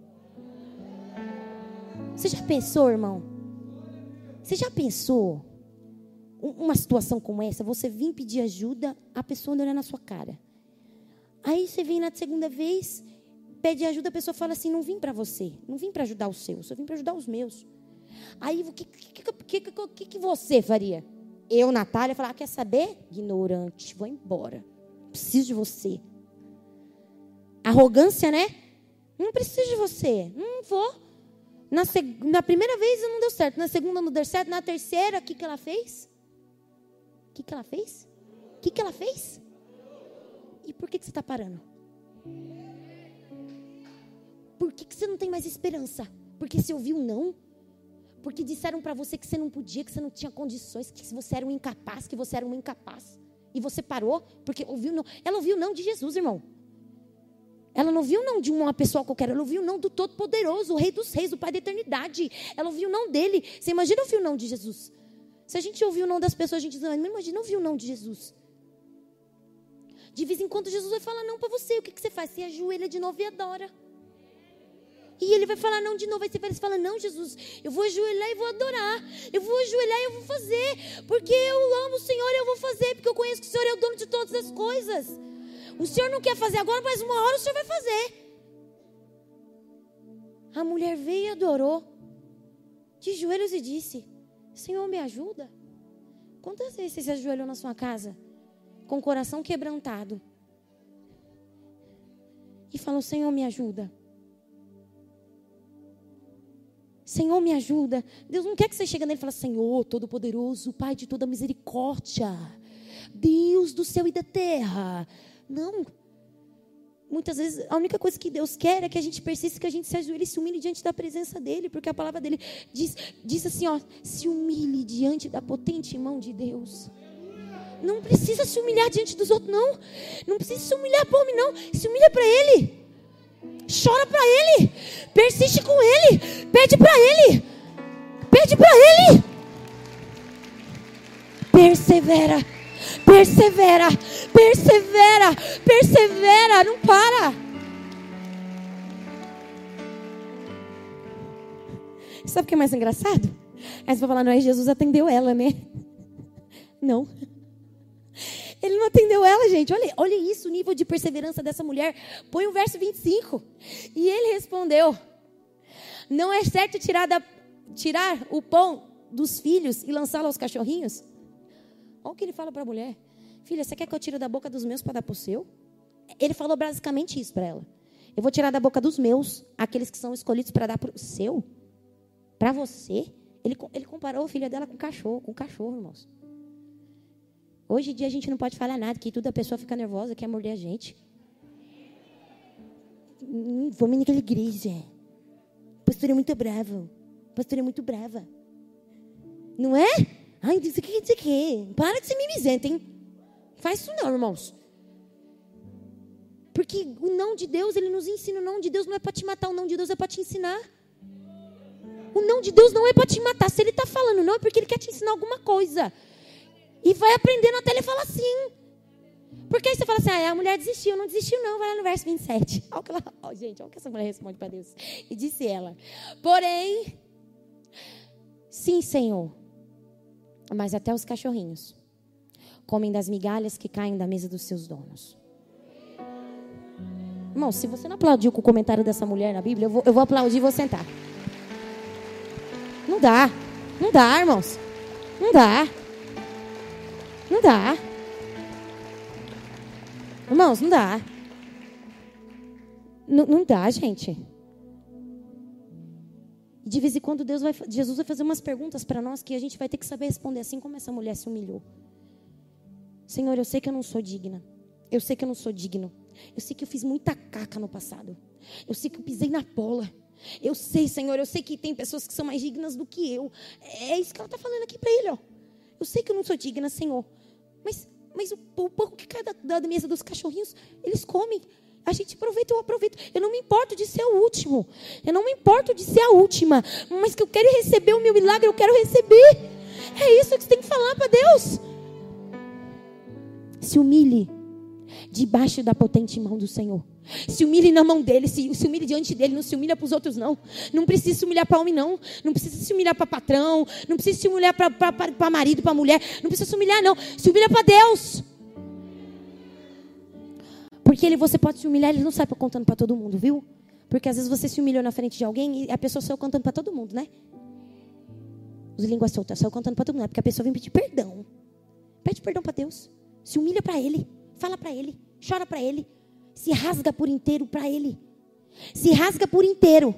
Você já pensou, irmão? Você já pensou? Uma situação como essa, você vir pedir ajuda, a pessoa olhando na sua cara. Aí você vem na segunda vez, pede ajuda, a pessoa fala assim, não vim para você. Não vim para ajudar os seus, eu vim para ajudar os meus. Aí, o que, que, que, que, que você faria? Eu, Natália, falar, ah, quer saber? Ignorante, vou embora. Preciso de você. Arrogância, né? Não preciso de você. Não vou. Na, seg... na primeira vez não deu certo. Na segunda não deu certo. Na terceira, o que, que ela fez? O que, que ela fez? O que, que ela fez? E por que, que você está parando? Por que, que você não tem mais esperança? Porque você ouviu não? Porque disseram para você que você não podia, que você não tinha condições, que você era um incapaz, que você era um incapaz. E você parou porque ouviu não. Ela ouviu não de Jesus, irmão. Ela não ouviu não de uma pessoa qualquer. Ela ouviu não do Todo-Poderoso, o Rei dos Reis, o Pai da Eternidade. Ela ouviu não dele. Você imagina ouvir o não de Jesus? Se a gente ouviu o não das pessoas, a gente diz, não, imagina ouvir o não de Jesus. De vez em quando Jesus vai falar não para você. O que, que você faz? Você ajoelha de novo e adora. E ele vai falar não de novo. Aí você fala, não, Jesus, eu vou ajoelhar e vou adorar. Eu vou ajoelhar e eu vou fazer. Porque eu amo o Senhor e eu vou fazer. Porque eu conheço que o Senhor é o dono de todas as coisas. O Senhor não quer fazer agora, mas uma hora o Senhor vai fazer. A mulher veio e adorou. De joelhos e disse, Senhor, me ajuda. Quantas vezes você se ajoelhou na sua casa? Com o coração quebrantado. E falou, Senhor, me ajuda. Senhor, me ajuda. Deus não quer que você chegue nele e fale, Senhor, Todo-Poderoso, Pai de toda misericórdia, Deus do céu e da terra. Não. Muitas vezes, a única coisa que Deus quer é que a gente persista, que a gente se ajoelhe e se humilhe diante da presença dEle. Porque a palavra dEle diz, diz assim, ó, se humilhe diante da potente mão de Deus. Não precisa se humilhar diante dos outros, não. Não precisa se humilhar para o homem, não. Se humilha para Ele. Chora para Ele. Persiste com Ele. Pede para Ele. Pede para Ele. Persevera. Persevera. Persevera. Persevera. Não para. Sabe o que é mais engraçado? Aí você vai falar, não é Jesus atendeu ela, né? Não. Ele não atendeu ela, gente. Olha, olha isso, o nível de perseverança dessa mulher. Põe o verso vinte e cinco. E ele respondeu, não é certo tirar, da, tirar o pão dos filhos e lançá-lo aos cachorrinhos? Olha o que ele fala para a mulher. Filha, você quer que eu tire da boca dos meus para dar para o seu? Ele falou basicamente isso para ela. Eu vou tirar da boca dos meus, aqueles que são escolhidos para dar para o seu. Para você. Ele, ele comparou a filha dela com cachorro, com cachorro, irmãos. Hoje em dia a gente não pode falar nada, que tudo a pessoa fica nervosa, quer morder a gente. Hum, vamos naquela igreja. O pastor é muito bravo. O pastor é muito brava. Não é? Ai, isso aqui, isso aqui. Para de ser mimizento, hein? Faz isso não, irmãos. Porque o não de Deus, ele nos ensina. O não de Deus não é para te matar, o não de Deus é para te ensinar. O não de Deus não é para te matar. Se ele está falando não, é porque ele quer te ensinar alguma coisa. E vai aprendendo até ele falar sim. Porque aí você fala assim, ah, a mulher desistiu. Não desistiu não, vai lá no verso vinte e sete. Olha o que, ela, oh, gente, olha o que essa mulher responde para Deus. E disse ela, porém, sim, Senhor, mas até os cachorrinhos comem das migalhas que caem da mesa dos seus donos. Irmão, se você não aplaudiu com o comentário dessa mulher na Bíblia, eu vou, eu vou aplaudir e vou sentar. Não dá. Não dá, irmãos. Não dá. Não dá. Irmãos, não dá. Não, não dá, gente. De vez em quando Deus vai, Jesus vai fazer umas perguntas para nós que a gente vai ter que saber responder, assim como essa mulher se humilhou. Senhor, eu sei que eu não sou digna. Eu sei que eu não sou digno. Eu sei que eu fiz muita caca no passado. Eu sei que eu pisei na bola. Eu sei, Senhor, eu sei que tem pessoas que são mais dignas do que eu. É isso que ela está falando aqui para ele, ó. Eu sei que eu não sou digna, Senhor. Mas, mas o, o pouco que cai da, da mesa dos cachorrinhos, eles comem. A gente aproveita, eu aproveito. Eu não me importo de ser o último. Eu não me importo de ser a última. Mas que eu quero receber o meu milagre, eu quero receber. É isso que você tem que falar para Deus. Se humilhe debaixo da potente mão do Senhor. Se humilhe na mão dele, se, se humilhe diante dele, não se humilha para os outros não. Não precisa se humilhar para homem não. Não precisa se humilhar para patrão. Não precisa se humilhar para marido, para mulher. Não precisa se humilhar não. Se humilha para Deus. Porque ele, você pode se humilhar, ele não sai contando para todo mundo, viu? Porque às vezes você se humilhou na frente de alguém e a pessoa saiu contando para todo mundo, né? Os línguas soltas saiu contando para todo mundo. É porque a pessoa vem pedir perdão. Pede perdão para Deus. Se humilha para ele. Fala para ele. Chora para ele. Se rasga por inteiro para ele. Se rasga por inteiro.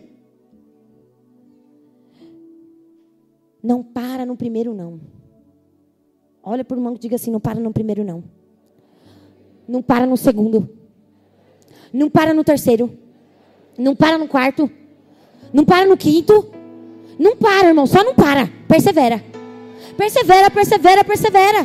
Não para no primeiro não. Olha para o irmão e diga assim, não para no primeiro não. Não para no segundo. Não para no terceiro. Não para no quarto. Não para no quinto. Não para, irmão, só não para. Persevera. Persevera, persevera, persevera.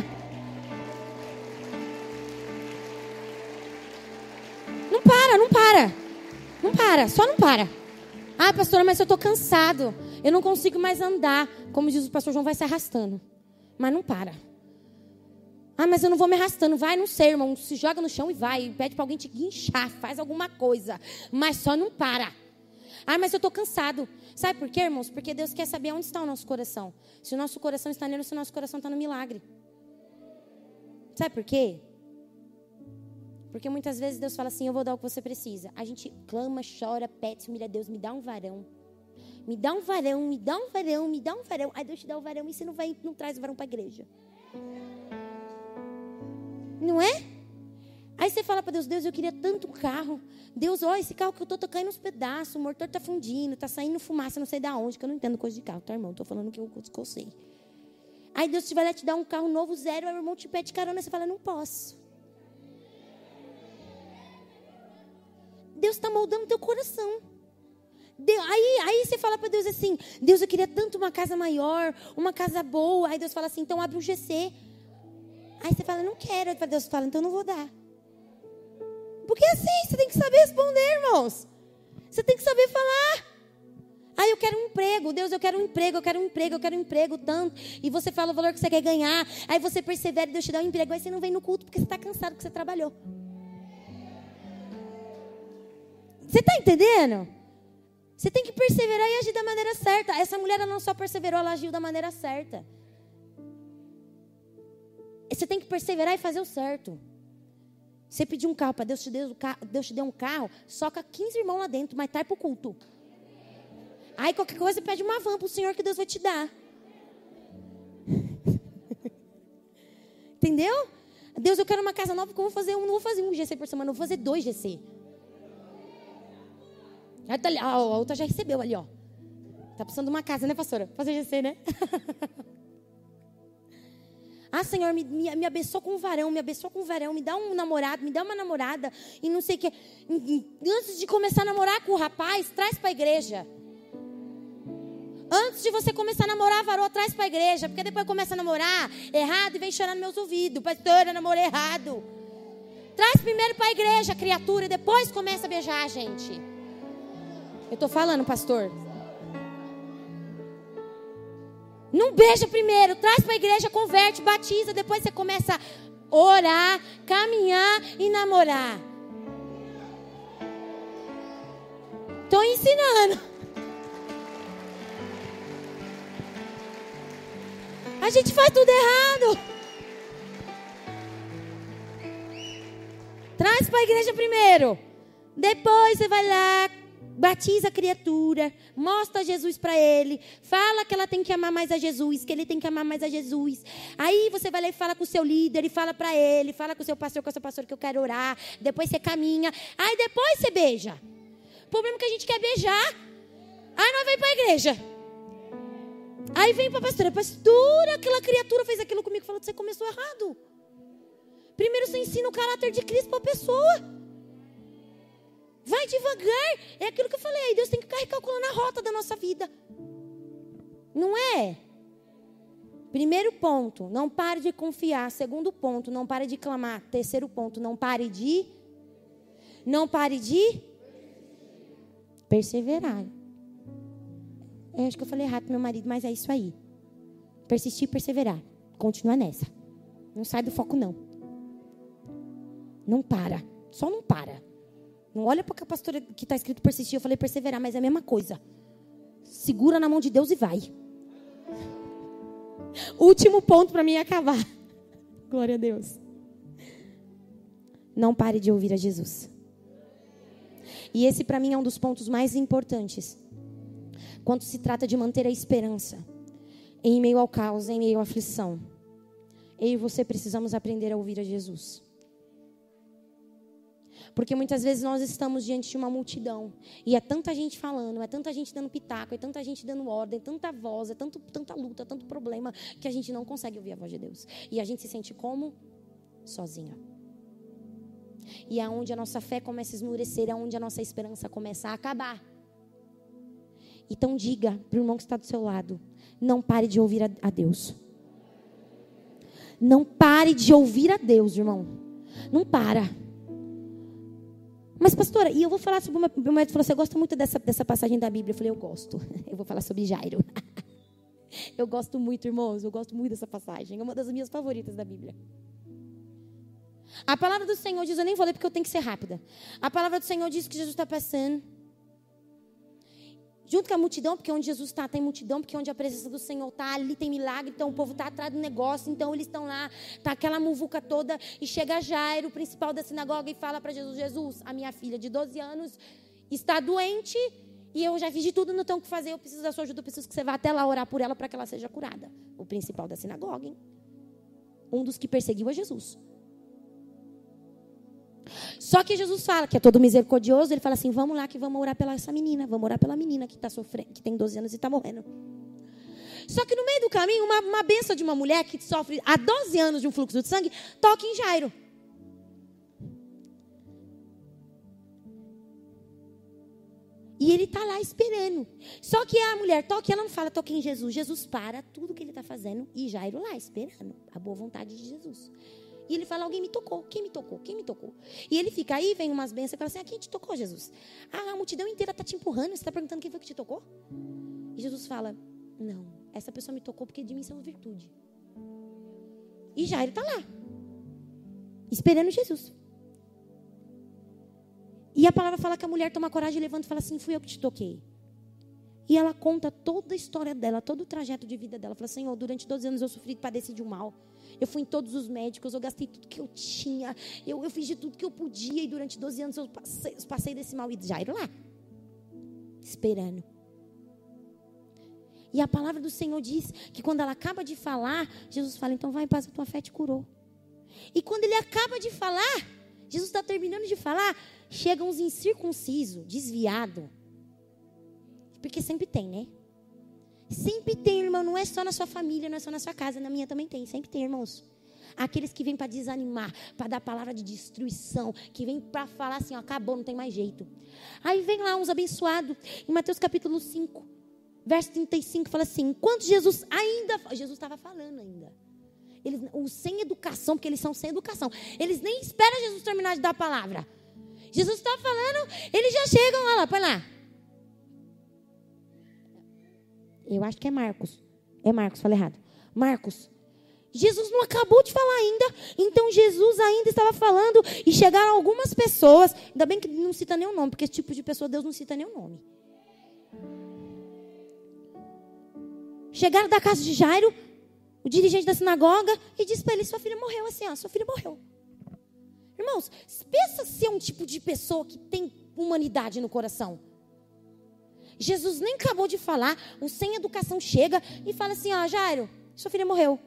Não para, não para. Não para, só não para. Ah, pastora, mas eu estou cansado. Eu não consigo mais andar. Como diz o pastor João, vai se arrastando. Mas não para. Ah, mas eu não vou me arrastando. Vai, não sei, irmão. Se joga no chão e vai. Pede para alguém te guinchar. Faz alguma coisa. Mas só não para. Ah, mas eu estou cansado. Sabe por quê, irmãos? Porque Deus quer saber onde está o nosso coração. Se o nosso coração está nele, se o nosso coração está no milagre. Sabe por quê? Porque muitas vezes Deus fala assim, eu vou dar o que você precisa. A gente clama, chora, pede, se humilha a Deus, me dá um varão. Me dá um varão, me dá um varão, me dá um varão. Aí Deus te dá o varão e você não, vai, não traz o varão para a igreja. Não é? Aí você fala para Deus, Deus, eu queria tanto carro. Deus, ó, esse carro que eu tô, tô caindo uns pedaços, o motor tá fundindo, tá saindo fumaça, não sei de onde, que eu não entendo coisa de carro, tá, irmão? Tô falando que eu, que eu sei. Aí Deus te vai lá te dar um carro novo, zero, aí o irmão te pede carona, você fala, não posso. Deus está moldando teu coração. Deus, aí, aí você fala para Deus assim, Deus, eu queria tanto uma casa maior, uma casa boa. Aí Deus fala assim, então abre um G C. Aí você fala, não quero. Aí Deus fala, então não vou dar. Porque assim, você tem que saber responder, irmãos. Você tem que saber falar. Ah, eu quero um emprego. Deus, eu quero um emprego, eu quero um emprego, eu quero um emprego, tanto. E você fala o valor que você quer ganhar. Aí você persevera e Deus te dá um emprego. Aí você não vem no culto porque você está cansado, porque você trabalhou. Você está entendendo? Você tem que perseverar e agir da maneira certa. Essa mulher ela não só perseverou, ela agiu da maneira certa. Você tem que perseverar e fazer o certo. Você pediu um carro para Deus, te deu, Deus te deu um carro, soca quinze irmãos lá dentro, mas tá para o culto. Aí qualquer coisa pede uma van para o Senhor que Deus vai te dar. Entendeu? Deus, eu quero uma casa nova, porque eu vou fazer um, não vou fazer um G C por semana, eu vou fazer dois G C. A outra já recebeu ali, ó. Tá precisando de uma casa, né, pastora? Fazer G C, né? Ah, Senhor, me, me, me abençoa com um varão, me abençoa com um varão, me dá um namorado, me dá uma namorada, e não sei o que. Antes de começar a namorar com o rapaz, traz para a igreja. Antes de você começar a namorar, varou, traz para a igreja, porque depois começa a namorar errado e vem chorar nos meus ouvidos. Pastora, eu namorei errado. Traz primeiro para a igreja, criatura, e depois começa a beijar a gente. Eu estou falando, pastor. Não beija primeiro, traz para a igreja, converte, batiza, depois você começa a orar, caminhar e namorar. Estou ensinando. A gente faz tudo errado. Traz para a igreja primeiro, depois você vai lá, batiza a criatura, mostra Jesus para ele, fala que ela tem que amar mais a Jesus, que ele tem que amar mais a Jesus. Aí você vai lá e fala com o seu líder, e fala para ele, fala com o seu pastor, com o seu pastor que eu quero orar. Depois você caminha, aí depois você beija. O problema é que a gente quer beijar, aí nós vamos para a igreja. Aí vem para a pastora, pastora, aquela criatura fez aquilo comigo, falou que você começou errado. Primeiro você ensina o caráter de Cristo para a pessoa. Vai devagar. É aquilo que eu falei. Deus tem que ficar recalculando a rota da nossa vida. Não é? Primeiro ponto, não pare de confiar. Segundo ponto, não pare de clamar. Terceiro ponto, não pare de... Não pare de... Perseverar. Eu acho que eu falei errado pro meu marido, mas é isso aí. Persistir e perseverar. Continua nessa. Não sai do foco, não. Não para. Só não para. Não olha para a pastora que está escrito persistir. Eu falei perseverar, mas é a mesma coisa. Segura na mão de Deus e vai. Último ponto para mim é acabar. Glória a Deus. Não pare de ouvir a Jesus. E esse para mim é um dos pontos mais importantes. Quando se trata de manter a esperança. Em meio ao caos, em meio à aflição. Eu e você precisamos aprender a ouvir a Jesus. Porque muitas vezes nós estamos diante de uma multidão. E é tanta gente falando, é tanta gente dando pitaco, é tanta gente dando ordem, tanta voz, é tanto, tanta luta, tanto problema, que a gente não consegue ouvir a voz de Deus. E a gente se sente como? Sozinha. E é onde a nossa fé começa a esmurecer, é onde a nossa esperança começa a acabar. Então diga para o irmão que está do seu lado, não pare de ouvir a, a Deus. Não pare de ouvir a Deus, irmão. Não para. Mas pastora, e eu vou falar sobre... O meu marido falou, você gosta muito dessa, dessa passagem da Bíblia? Eu falei, eu gosto. Eu vou falar sobre Jairo. Eu gosto muito, irmãos. Eu gosto muito dessa passagem. É uma das minhas favoritas da Bíblia. A palavra do Senhor diz, eu nem vou ler porque eu tenho que ser rápida. A palavra do Senhor diz que Jesus está passando junto com a multidão, porque onde Jesus está, tem multidão, porque onde a presença do Senhor está, ali tem milagre, então o povo está atrás do negócio, então eles estão lá, está aquela muvuca toda, e chega Jairo, o principal da sinagoga, e fala para Jesus, Jesus, a minha filha de doze anos está doente, e eu já fiz de tudo, não tenho o que fazer, eu preciso da sua ajuda, eu preciso que você vá até lá orar por ela, para que ela seja curada. O principal da sinagoga, hein? Um dos que perseguiu a Jesus. Só que Jesus fala que é todo misericordioso. Ele fala assim, vamos lá que vamos orar pela essa menina. Vamos orar pela menina que, tá sofrendo, que tem doze anos e está morrendo. Só que no meio do caminho, uma, uma bênção de uma mulher que sofre há doze anos de um fluxo de sangue, toca em Jairo. E ele está lá esperando. Só que a mulher toca e ela não fala, toca em Jesus. Jesus para tudo que ele está fazendo e Jairo lá esperando a boa vontade de Jesus. E ele fala, alguém me tocou. Quem me tocou? Quem me tocou? E ele fica aí, vem umas bênçãos e fala assim, ah, quem te tocou, Jesus? Ah, a multidão inteira está te empurrando, você está perguntando quem foi que te tocou? E Jesus fala, não, essa pessoa me tocou porque de mim são virtude. E Jairo está lá, esperando Jesus. E a palavra fala que a mulher toma coragem e levanta e fala assim, fui eu que te toquei. E ela conta toda a história dela, todo o trajeto de vida dela. Fala, Senhor, durante doze anos eu sofri e padeci de um mal. Eu fui em todos os médicos, eu gastei tudo que eu tinha. Eu, eu fiz de tudo que eu podia. E durante doze anos eu passei, eu passei desse mal. E Jairo lá, esperando. E a palavra do Senhor diz que quando ela acaba de falar, Jesus fala, então vai em paz, a tua fé te curou. E quando ele acaba de falar, Jesus está terminando de falar, chegam uns incircuncisos, desviados. Porque sempre tem, né? Sempre tem, irmão. Não é só na sua família, não é só na sua casa. Na minha também tem. Sempre tem, irmãos. Aqueles que vêm para desanimar, para dar palavra de destruição, que vêm para falar assim, ó, acabou, não tem mais jeito. Aí vem lá uns abençoados. Em Mateus capítulo cinco, verso trinta e cinco, fala assim, enquanto Jesus ainda... Jesus estava falando ainda. Eles, os sem educação, porque eles são sem educação. Eles nem esperam Jesus terminar de dar a palavra. Jesus está falando, eles já chegam, olha lá, põe lá. Eu acho que é Marcos. É Marcos, falei errado. Marcos. Jesus não acabou de falar ainda. Então Jesus ainda estava falando. E chegaram algumas pessoas. Ainda bem que não cita nenhum nome. Porque esse tipo de pessoa Deus não cita nenhum nome. Chegaram da casa de Jairo, o dirigente da sinagoga, e disse para ele, sua filha morreu assim, ó, sua filha morreu. Irmãos, pensa se é um tipo de pessoa que tem humanidade no coração. Jesus nem acabou de falar, um sem educação chega e fala assim, ó, Jairo, sua filha morreu.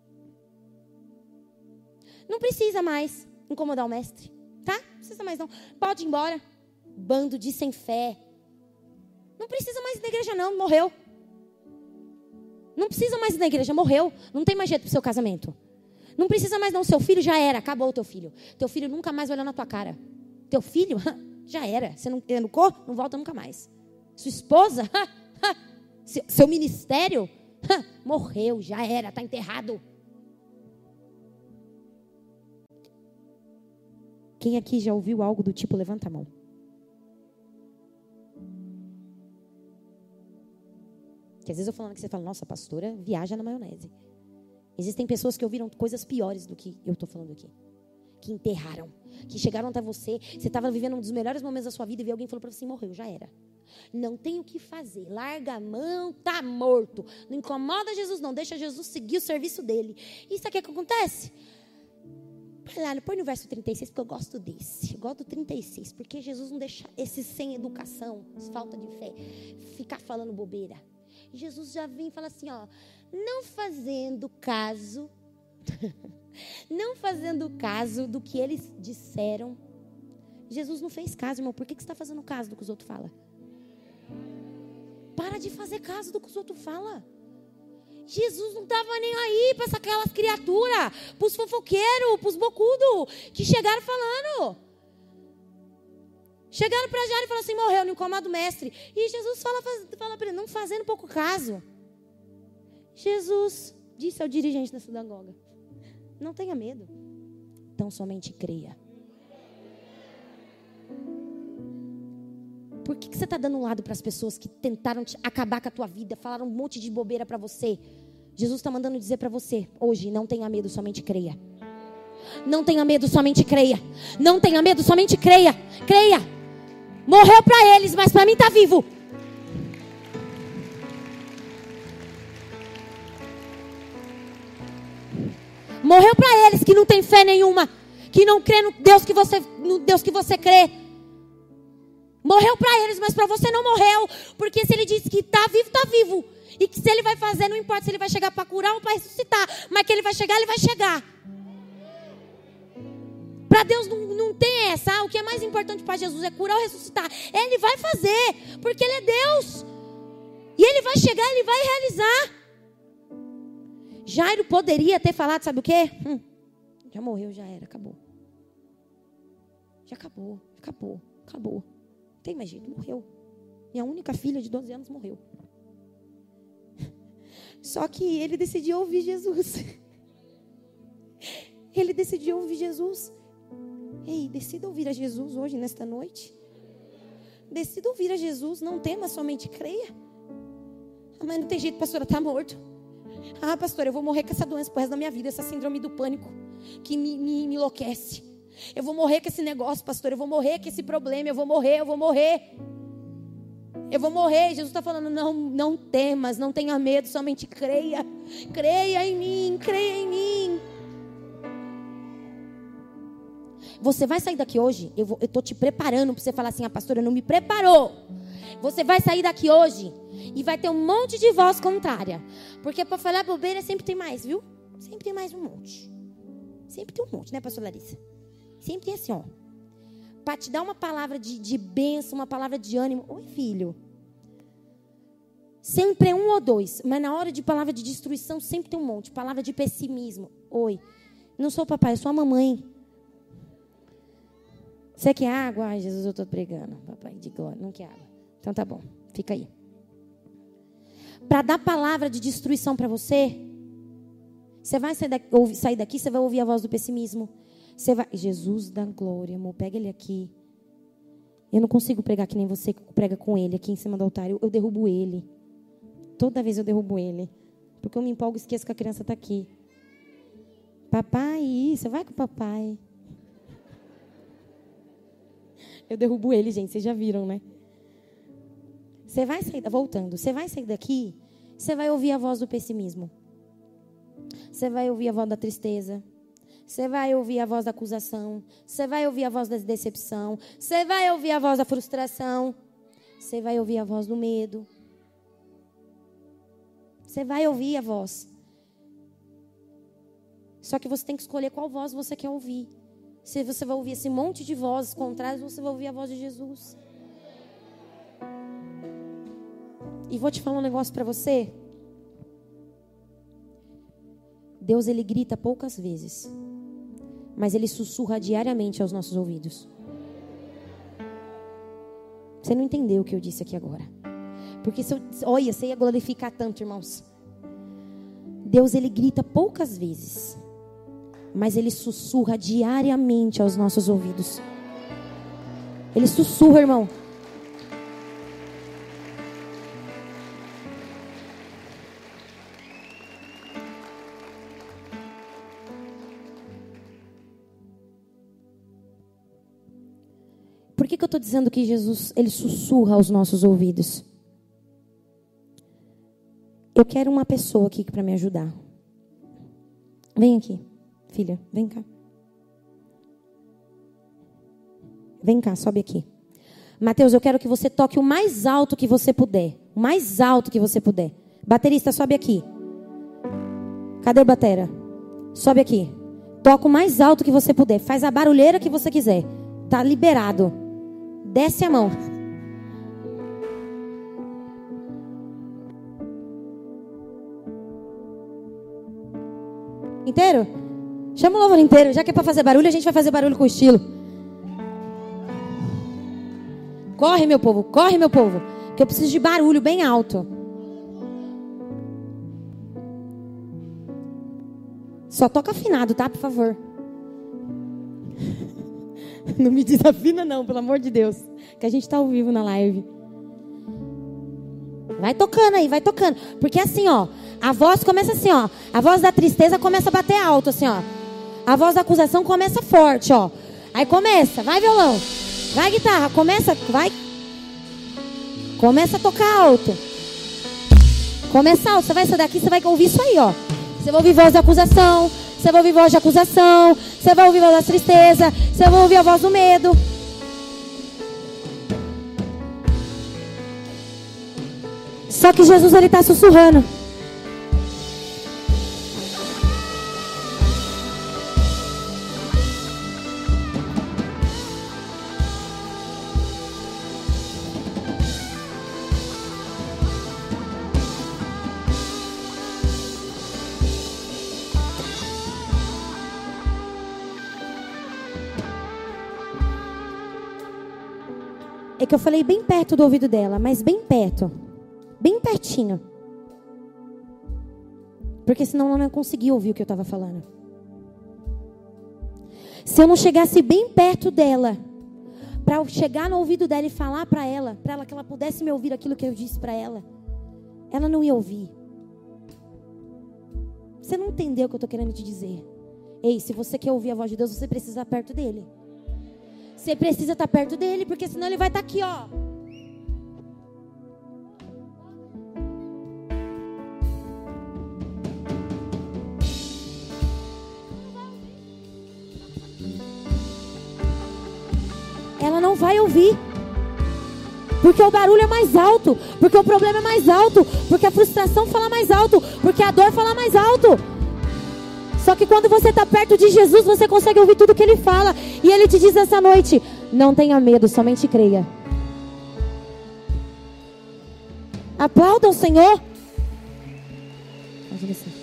Não precisa mais incomodar o mestre, tá? Não precisa mais não. Pode ir embora. Bando de sem fé. Não precisa mais ir na igreja não, morreu. Não precisa mais ir na igreja, morreu. Não tem mais jeito pro seu casamento. Não precisa mais não, seu filho já era, acabou o teu filho. Teu filho nunca mais vai olhar na tua cara. Teu filho, já era. Você não educou, não volta nunca mais. Sua esposa, seu ministério, morreu, já era, está enterrado. Quem aqui já ouviu algo do tipo, levanta a mão. Que às vezes eu falando que você fala, nossa, pastora viaja na maionese. Existem pessoas que ouviram coisas piores do que eu estou falando aqui. Que enterraram, que chegaram até você. Você estava vivendo um dos melhores momentos da sua vida e alguém falou para você, morreu, já era. Não tem o que fazer, larga a mão, tá morto. Não incomoda Jesus não, deixa Jesus seguir o serviço dele. E isso aqui é que acontece? Põe lá, põe no verso trinta e seis, porque eu gosto desse. Eu gosto do trinta e seis, porque Jesus não deixa esse sem educação, falta de fé, ficar falando bobeira. E Jesus já vem e fala assim, ó, não fazendo caso, não fazendo caso do que eles disseram. Jesus não fez caso, irmão. Por que, que você está fazendo caso do que os outros falam? Para de fazer caso do que os outros falam. Jesus não estava nem aí para aquelas criaturas, para os fofoqueiros, para os bocudos, que chegaram falando. Chegaram para Jairo e falaram assim, morreu, não incomoda o mestre. E Jesus fala, fala para ele, não fazendo pouco caso. Jesus disse ao dirigente da sinagoga, não tenha medo, tão somente creia. Por que, que você está dando um lado para as pessoas que tentaram te acabar com a tua vida, falaram um monte de bobeira para você? Jesus está mandando dizer para você, hoje, não tenha medo, somente creia. Não tenha medo, somente creia. Não tenha medo, somente creia. Creia. Morreu para eles, mas para mim está vivo. Morreu para eles que não tem fé nenhuma, que não crê no Deus que você, no Deus que você crê. Morreu para eles, mas para você não morreu. Porque se ele disse que está vivo, está vivo. E que se ele vai fazer, não importa se ele vai chegar para curar ou para ressuscitar. Mas que ele vai chegar, ele vai chegar. Para Deus não, não tem essa. Ah, o que é mais importante para Jesus é curar ou ressuscitar. Ele vai fazer, porque ele é Deus. E ele vai chegar, ele vai realizar. Jairo poderia ter falado, sabe o quê? Hum, já morreu, já era, acabou. Já acabou, acabou, acabou. Não tem mais jeito, morreu. Minha única filha de doze anos morreu. Só que ele decidiu ouvir Jesus. Ele decidiu ouvir Jesus. Ei, decida ouvir a Jesus hoje, nesta noite. Decida ouvir a Jesus, não tema, somente creia. Ah, mas não tem jeito, pastora, está morto. Ah, pastora, eu vou morrer com essa doença pro resto da minha vida, essa síndrome do pânico que me, me, me enlouquece. Eu vou morrer com esse negócio, pastora, eu vou morrer com esse problema, eu vou morrer, eu vou morrer. Eu vou morrer. Jesus está falando, não, não temas, não tenha medo, somente creia. Creia em mim, creia em mim. Você vai sair daqui hoje, eu estou te preparando para você falar assim, a pastora não me preparou. Você vai sair daqui hoje e vai ter um monte de voz contrária. Porque para falar bobeira sempre tem mais, viu? Sempre tem mais um monte. Sempre tem um monte, né, pastora Larissa? Sempre tem assim, ó. Para te dar uma palavra de, de bênção, uma palavra de ânimo. Oi, filho. Sempre é um ou dois. Mas na hora de palavra de destruição, sempre tem um monte. Palavra de pessimismo. Oi. Não sou o papai, eu sou a mamãe. Você quer água? Ai, Jesus, eu estou pregando. Papai de glória, não quer água. Então tá bom, fica aí. Para dar palavra de destruição para você, você vai sair daqui, ouvir, sair daqui, você vai ouvir a voz do pessimismo. Você vai, Jesus da glória, amor, pega ele aqui. Eu não consigo pregar que nem você prega com ele aqui em cima do altar. Eu, eu derrubo ele. Toda vez eu derrubo ele. Porque eu me empolgo e esqueço que a criança está aqui. Papai, você vai com o papai. Eu derrubo ele, gente, vocês já viram, né? Você vai sair, voltando, você vai sair daqui, você vai ouvir a voz do pessimismo. Você vai ouvir a voz da tristeza. Você vai ouvir a voz da acusação. Você vai ouvir a voz da decepção. Você vai ouvir a voz da frustração. Você vai ouvir a voz do medo. Você vai ouvir a voz. Só que você tem que escolher qual voz você quer ouvir. Se você vai ouvir esse monte de vozes contrárias, você vai ouvir a voz de Jesus. E vou te falar um negócio para você. Deus, ele grita poucas vezes, mas ele sussurra diariamente aos nossos ouvidos. Você não entendeu o que eu disse aqui agora. Porque se eu, olha, você ia glorificar tanto, irmãos. Deus, ele grita poucas vezes, mas ele sussurra diariamente aos nossos ouvidos. Ele sussurra, irmão. Por que que eu estou dizendo que Jesus, ele sussurra aos nossos ouvidos? Eu quero uma pessoa aqui para me ajudar. Vem aqui, filha, vem cá. Vem cá, sobe aqui. Mateus, eu quero que você toque o mais alto que você puder. O mais alto que você puder. Baterista, sobe aqui. Cadê o batera? Sobe aqui. Toca o mais alto que você puder. Faz a barulheira que você quiser. Tá liberado. Desce a mão. Inteiro? Chama o louvor inteiro. Já que é para fazer barulho, a gente vai fazer barulho com estilo. Corre, meu povo. Corre, meu povo. Que eu preciso de barulho bem alto. Só toca afinado, tá? Por favor. Não me desafina não, pelo amor de Deus. Que a gente tá ao vivo na live. Vai tocando aí, vai tocando. Porque assim, ó, a voz começa assim, ó. A voz da tristeza começa a bater alto, assim, ó. A voz da acusação começa forte, ó. Aí começa, vai violão. Vai guitarra, começa, vai. Começa a tocar alto. Começa alto, você vai sair daqui, você vai ouvir isso aí, ó. Você vai ouvir voz da acusação. Você vai ouvir voz de acusação. Você vai ouvir voz da tristeza. Você vai ouvir a voz do medo. Só que Jesus, ele está sussurrando. É que eu falei bem perto do ouvido dela, mas bem perto. Bem pertinho. Porque senão ela não conseguia ouvir o que eu estava falando. Se eu não chegasse bem perto dela, para chegar no ouvido dela e falar para ela, para ela que ela pudesse me ouvir aquilo que eu disse para ela, ela não ia ouvir. Você não entendeu o que eu estou querendo te dizer? Ei, se você quer ouvir a voz de Deus, você precisa estar perto dele. Você precisa estar perto dele, porque senão ele vai estar aqui, ó. Ela não vai ouvir. Porque o barulho é mais alto, porque o problema é mais alto, porque a frustração fala mais alto, porque a dor fala mais alto. Só que quando você está perto de Jesus, você consegue ouvir tudo que Ele fala. E Ele te diz essa noite: não tenha medo, somente creia. Aplauda o Senhor. Pode descer.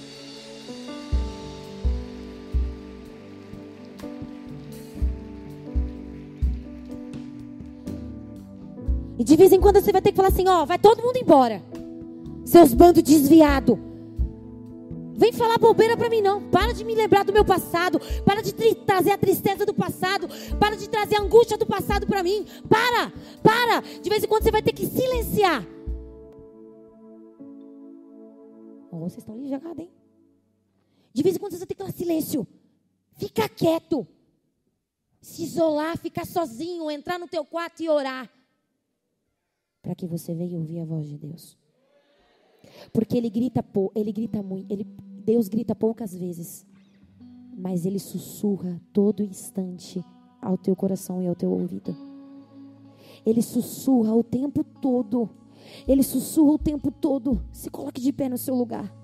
E de vez em quando você vai ter que falar assim: ó, vai todo mundo embora, seus bandos desviados. Vem falar bobeira pra mim não. Para de me lembrar do meu passado. Para de tri- trazer a tristeza do passado. Para de trazer a angústia do passado pra mim. Para, para. De vez em quando você vai ter que silenciar. Oh, vocês estão ligados, hein? De vez em quando você vai ter que falar silêncio. Fica quieto. Se isolar, ficar sozinho, entrar no teu quarto e orar. Para que você venha ouvir a voz de Deus. Porque Ele grita, ele grita muito, ele, Deus grita poucas vezes, mas Ele sussurra todo instante ao teu coração e ao teu ouvido. Ele sussurra o tempo todo. Ele sussurra o tempo todo. Se coloque de pé no seu lugar.